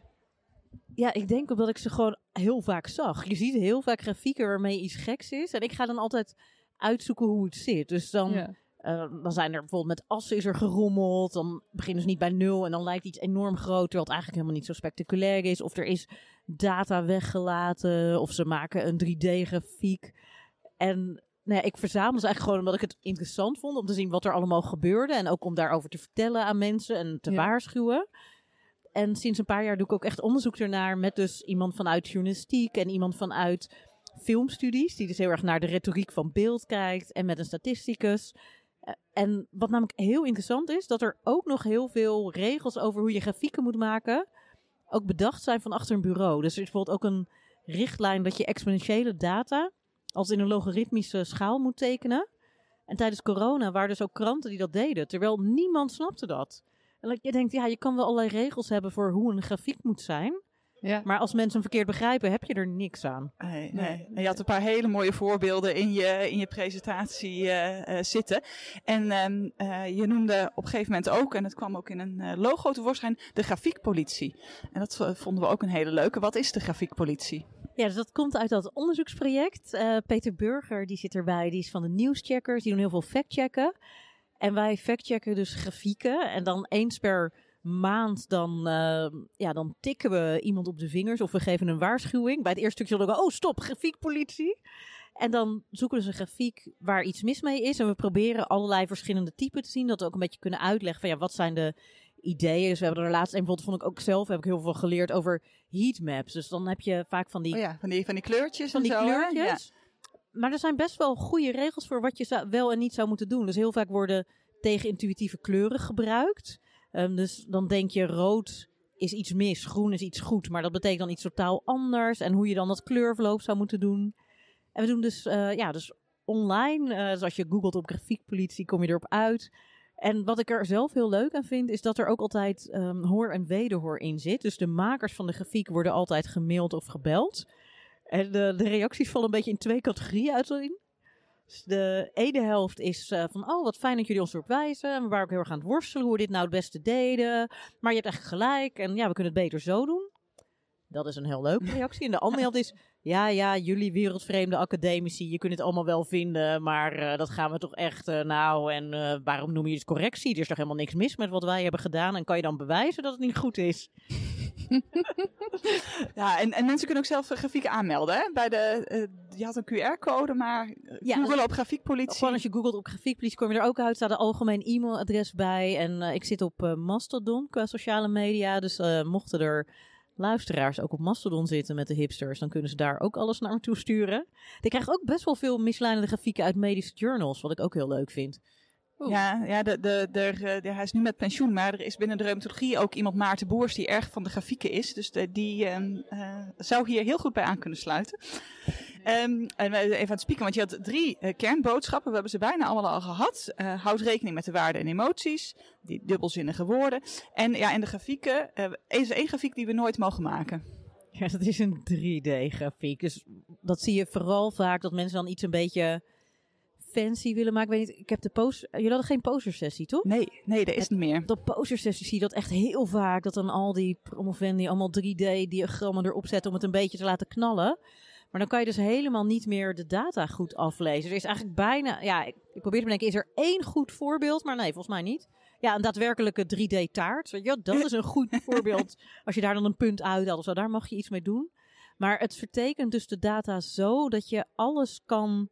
Ja, ik denk omdat ik ze gewoon heel vaak zag. Je ziet heel vaak grafieken waarmee iets geks is. En ik ga dan altijd uitzoeken hoe het zit. Dus dan zijn er bijvoorbeeld met assen is er gerommeld. Dan beginnen ze niet bij 0 en dan lijkt iets enorm groot, terwijl het eigenlijk helemaal niet zo spectaculair is. Of er is data weggelaten. Of ze maken een 3D-grafiek. En ik verzamel ze eigenlijk gewoon omdat ik het interessant vond om te zien wat er allemaal gebeurde. En ook om daarover te vertellen aan mensen en te waarschuwen. En sinds een paar jaar doe ik ook echt onderzoek ernaar met dus iemand vanuit journalistiek en iemand vanuit filmstudies, die dus heel erg naar de retoriek van beeld kijkt en met een statisticus. En wat namelijk heel interessant is, dat er ook nog heel veel regels over hoe je grafieken moet maken ook bedacht zijn van achter een bureau. Dus er is bijvoorbeeld ook een richtlijn dat je exponentiële data als in een logaritmische schaal moet tekenen. En tijdens corona waren dus ook kranten die dat deden, terwijl niemand snapte dat. En dat je denkt, je kan wel allerlei regels hebben voor hoe een grafiek moet zijn. Ja. Maar als mensen hem verkeerd begrijpen, heb je er niks aan. Nee. En je had een paar hele mooie voorbeelden in je presentatie zitten. En je noemde op een gegeven moment ook, en het kwam ook in een logo tevoorschijn, de grafiekpolitie. En dat vonden we ook een hele leuke. Wat is de grafiekpolitie? Ja, dus dat komt uit dat onderzoeksproject. Peter Burger, die zit erbij, die is van de nieuwscheckers. Die doen heel veel factchecken. En wij factchecken dus grafieken. En dan eens per maand dan tikken we iemand op de vingers of we geven een waarschuwing. Bij het eerste stukje zullen we stop, grafiekpolitie. En dan zoeken we dus een grafiek waar iets mis mee is. En we proberen allerlei verschillende typen te zien. Dat we ook een beetje kunnen uitleggen van wat zijn de ideeën. Dus we hebben er laatst bijvoorbeeld, vond ik ook zelf, heb ik heel veel geleerd over heatmaps. Dus dan heb je vaak van die van die kleurtjes van en die zo. kleurtjes. Maar er zijn best wel goede regels voor wat je wel en niet zou moeten doen. Dus heel vaak worden tegenintuïtieve kleuren gebruikt. Dus dan denk je rood is iets mis, groen is iets goed. Maar dat betekent dan iets totaal anders. En hoe je dan dat kleurverloop zou moeten doen. En we doen dus, dus online. Dus als je googelt op grafiekpolitie kom je erop uit. En wat ik er zelf heel leuk aan vind, is dat er ook altijd hoor en wederhoor in zit. Dus de makers van de grafiek worden altijd gemaild of gebeld. En de reacties vallen een beetje in 2 categorieën uiteen. Dus de ene helft is van, wat fijn dat jullie ons erop wijzen. En we waren ook heel erg aan het worstelen hoe we dit nou het beste deden. Maar je hebt echt gelijk en we kunnen het beter zo doen. Dat is een heel leuke reactie. En de andere helft is, ja, jullie wereldvreemde academici, je kunt het allemaal wel vinden, maar dat gaan we toch echt, waarom noem je het correctie? Er is toch helemaal niks mis met wat wij hebben gedaan en kan je dan bewijzen dat het niet goed is? Ja, en mensen kunnen ook zelf grafieken aanmelden. Hè? Je had een QR-code, maar googelen op grafiekpolitie. Gewoon als je googelt op grafiekpolitie kom je er ook uit. Staat een algemeen e-mailadres bij. En ik zit op Mastodon qua sociale media. Dus mochten er luisteraars ook op Mastodon zitten met de hipsters, dan kunnen ze daar ook alles naar me toe sturen. Ik krijg ook best wel veel misleidende grafieken uit medische journals, wat ik ook heel leuk vind. Ja, hij is nu met pensioen, maar er is binnen de reumatologie ook iemand, Maarten Boers, die erg van de grafieken is. Dus die zou hier heel goed bij aan kunnen sluiten. En even aan het spieken, want je had 3 kernboodschappen. We hebben ze bijna allemaal al gehad. Houd rekening met de waarden en emoties. Die dubbelzinnige woorden. En in de grafieken is er 1 grafiek die we nooit mogen maken. Ja, dat is een 3D-grafiek. Dus dat zie je vooral vaak, dat mensen dan iets een beetje fancy willen maken. Ik weet niet, ik heb jullie hadden geen postersessie, toch? Nee, dat is niet meer. Op postersessie zie je dat echt heel vaak. Dat dan al die promovendi allemaal 3D-diagrammen erop zetten om het een beetje te laten knallen. Maar dan kan je dus helemaal niet meer de data goed aflezen. Er is eigenlijk bijna, ik probeer te bedenken, is er 1 goed voorbeeld? Maar nee, volgens mij niet. Ja, een daadwerkelijke 3D-taart. Ja, dat is een goed voorbeeld. Als je daar dan een punt uithaalt of zo, daar mag je iets mee doen. Maar het vertekent dus de data zo dat je alles kan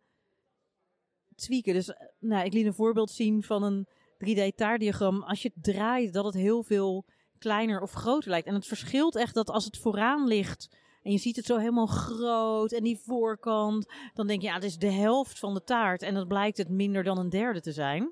tweaken. Dus ik liet een voorbeeld zien van een 3D-taartdiagram. Als je het draait, dat het heel veel kleiner of groter lijkt. En het verschilt echt dat als het vooraan ligt en je ziet het zo helemaal groot en die voorkant, dan denk je, het is de helft van de taart. En dan blijkt het minder dan een derde te zijn.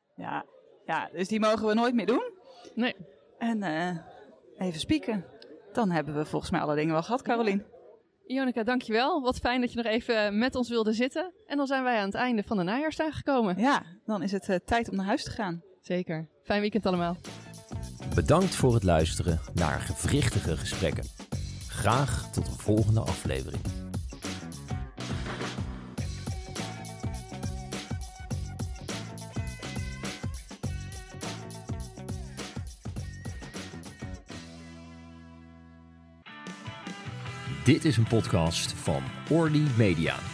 Ja, dus die mogen we nooit meer doen. Nee. En even spieken. Dan hebben we volgens mij alle dingen wel gehad, Carolien. Ionica, dankjewel. Wat fijn dat je nog even met ons wilde zitten. En dan zijn wij aan het einde van de najaarstuin gekomen. Ja, dan is het tijd om naar huis te gaan. Zeker. Fijn weekend allemaal. Bedankt voor het luisteren naar gewrichtige gesprekken. Graag tot een volgende aflevering. Dit is een podcast van Orly Media.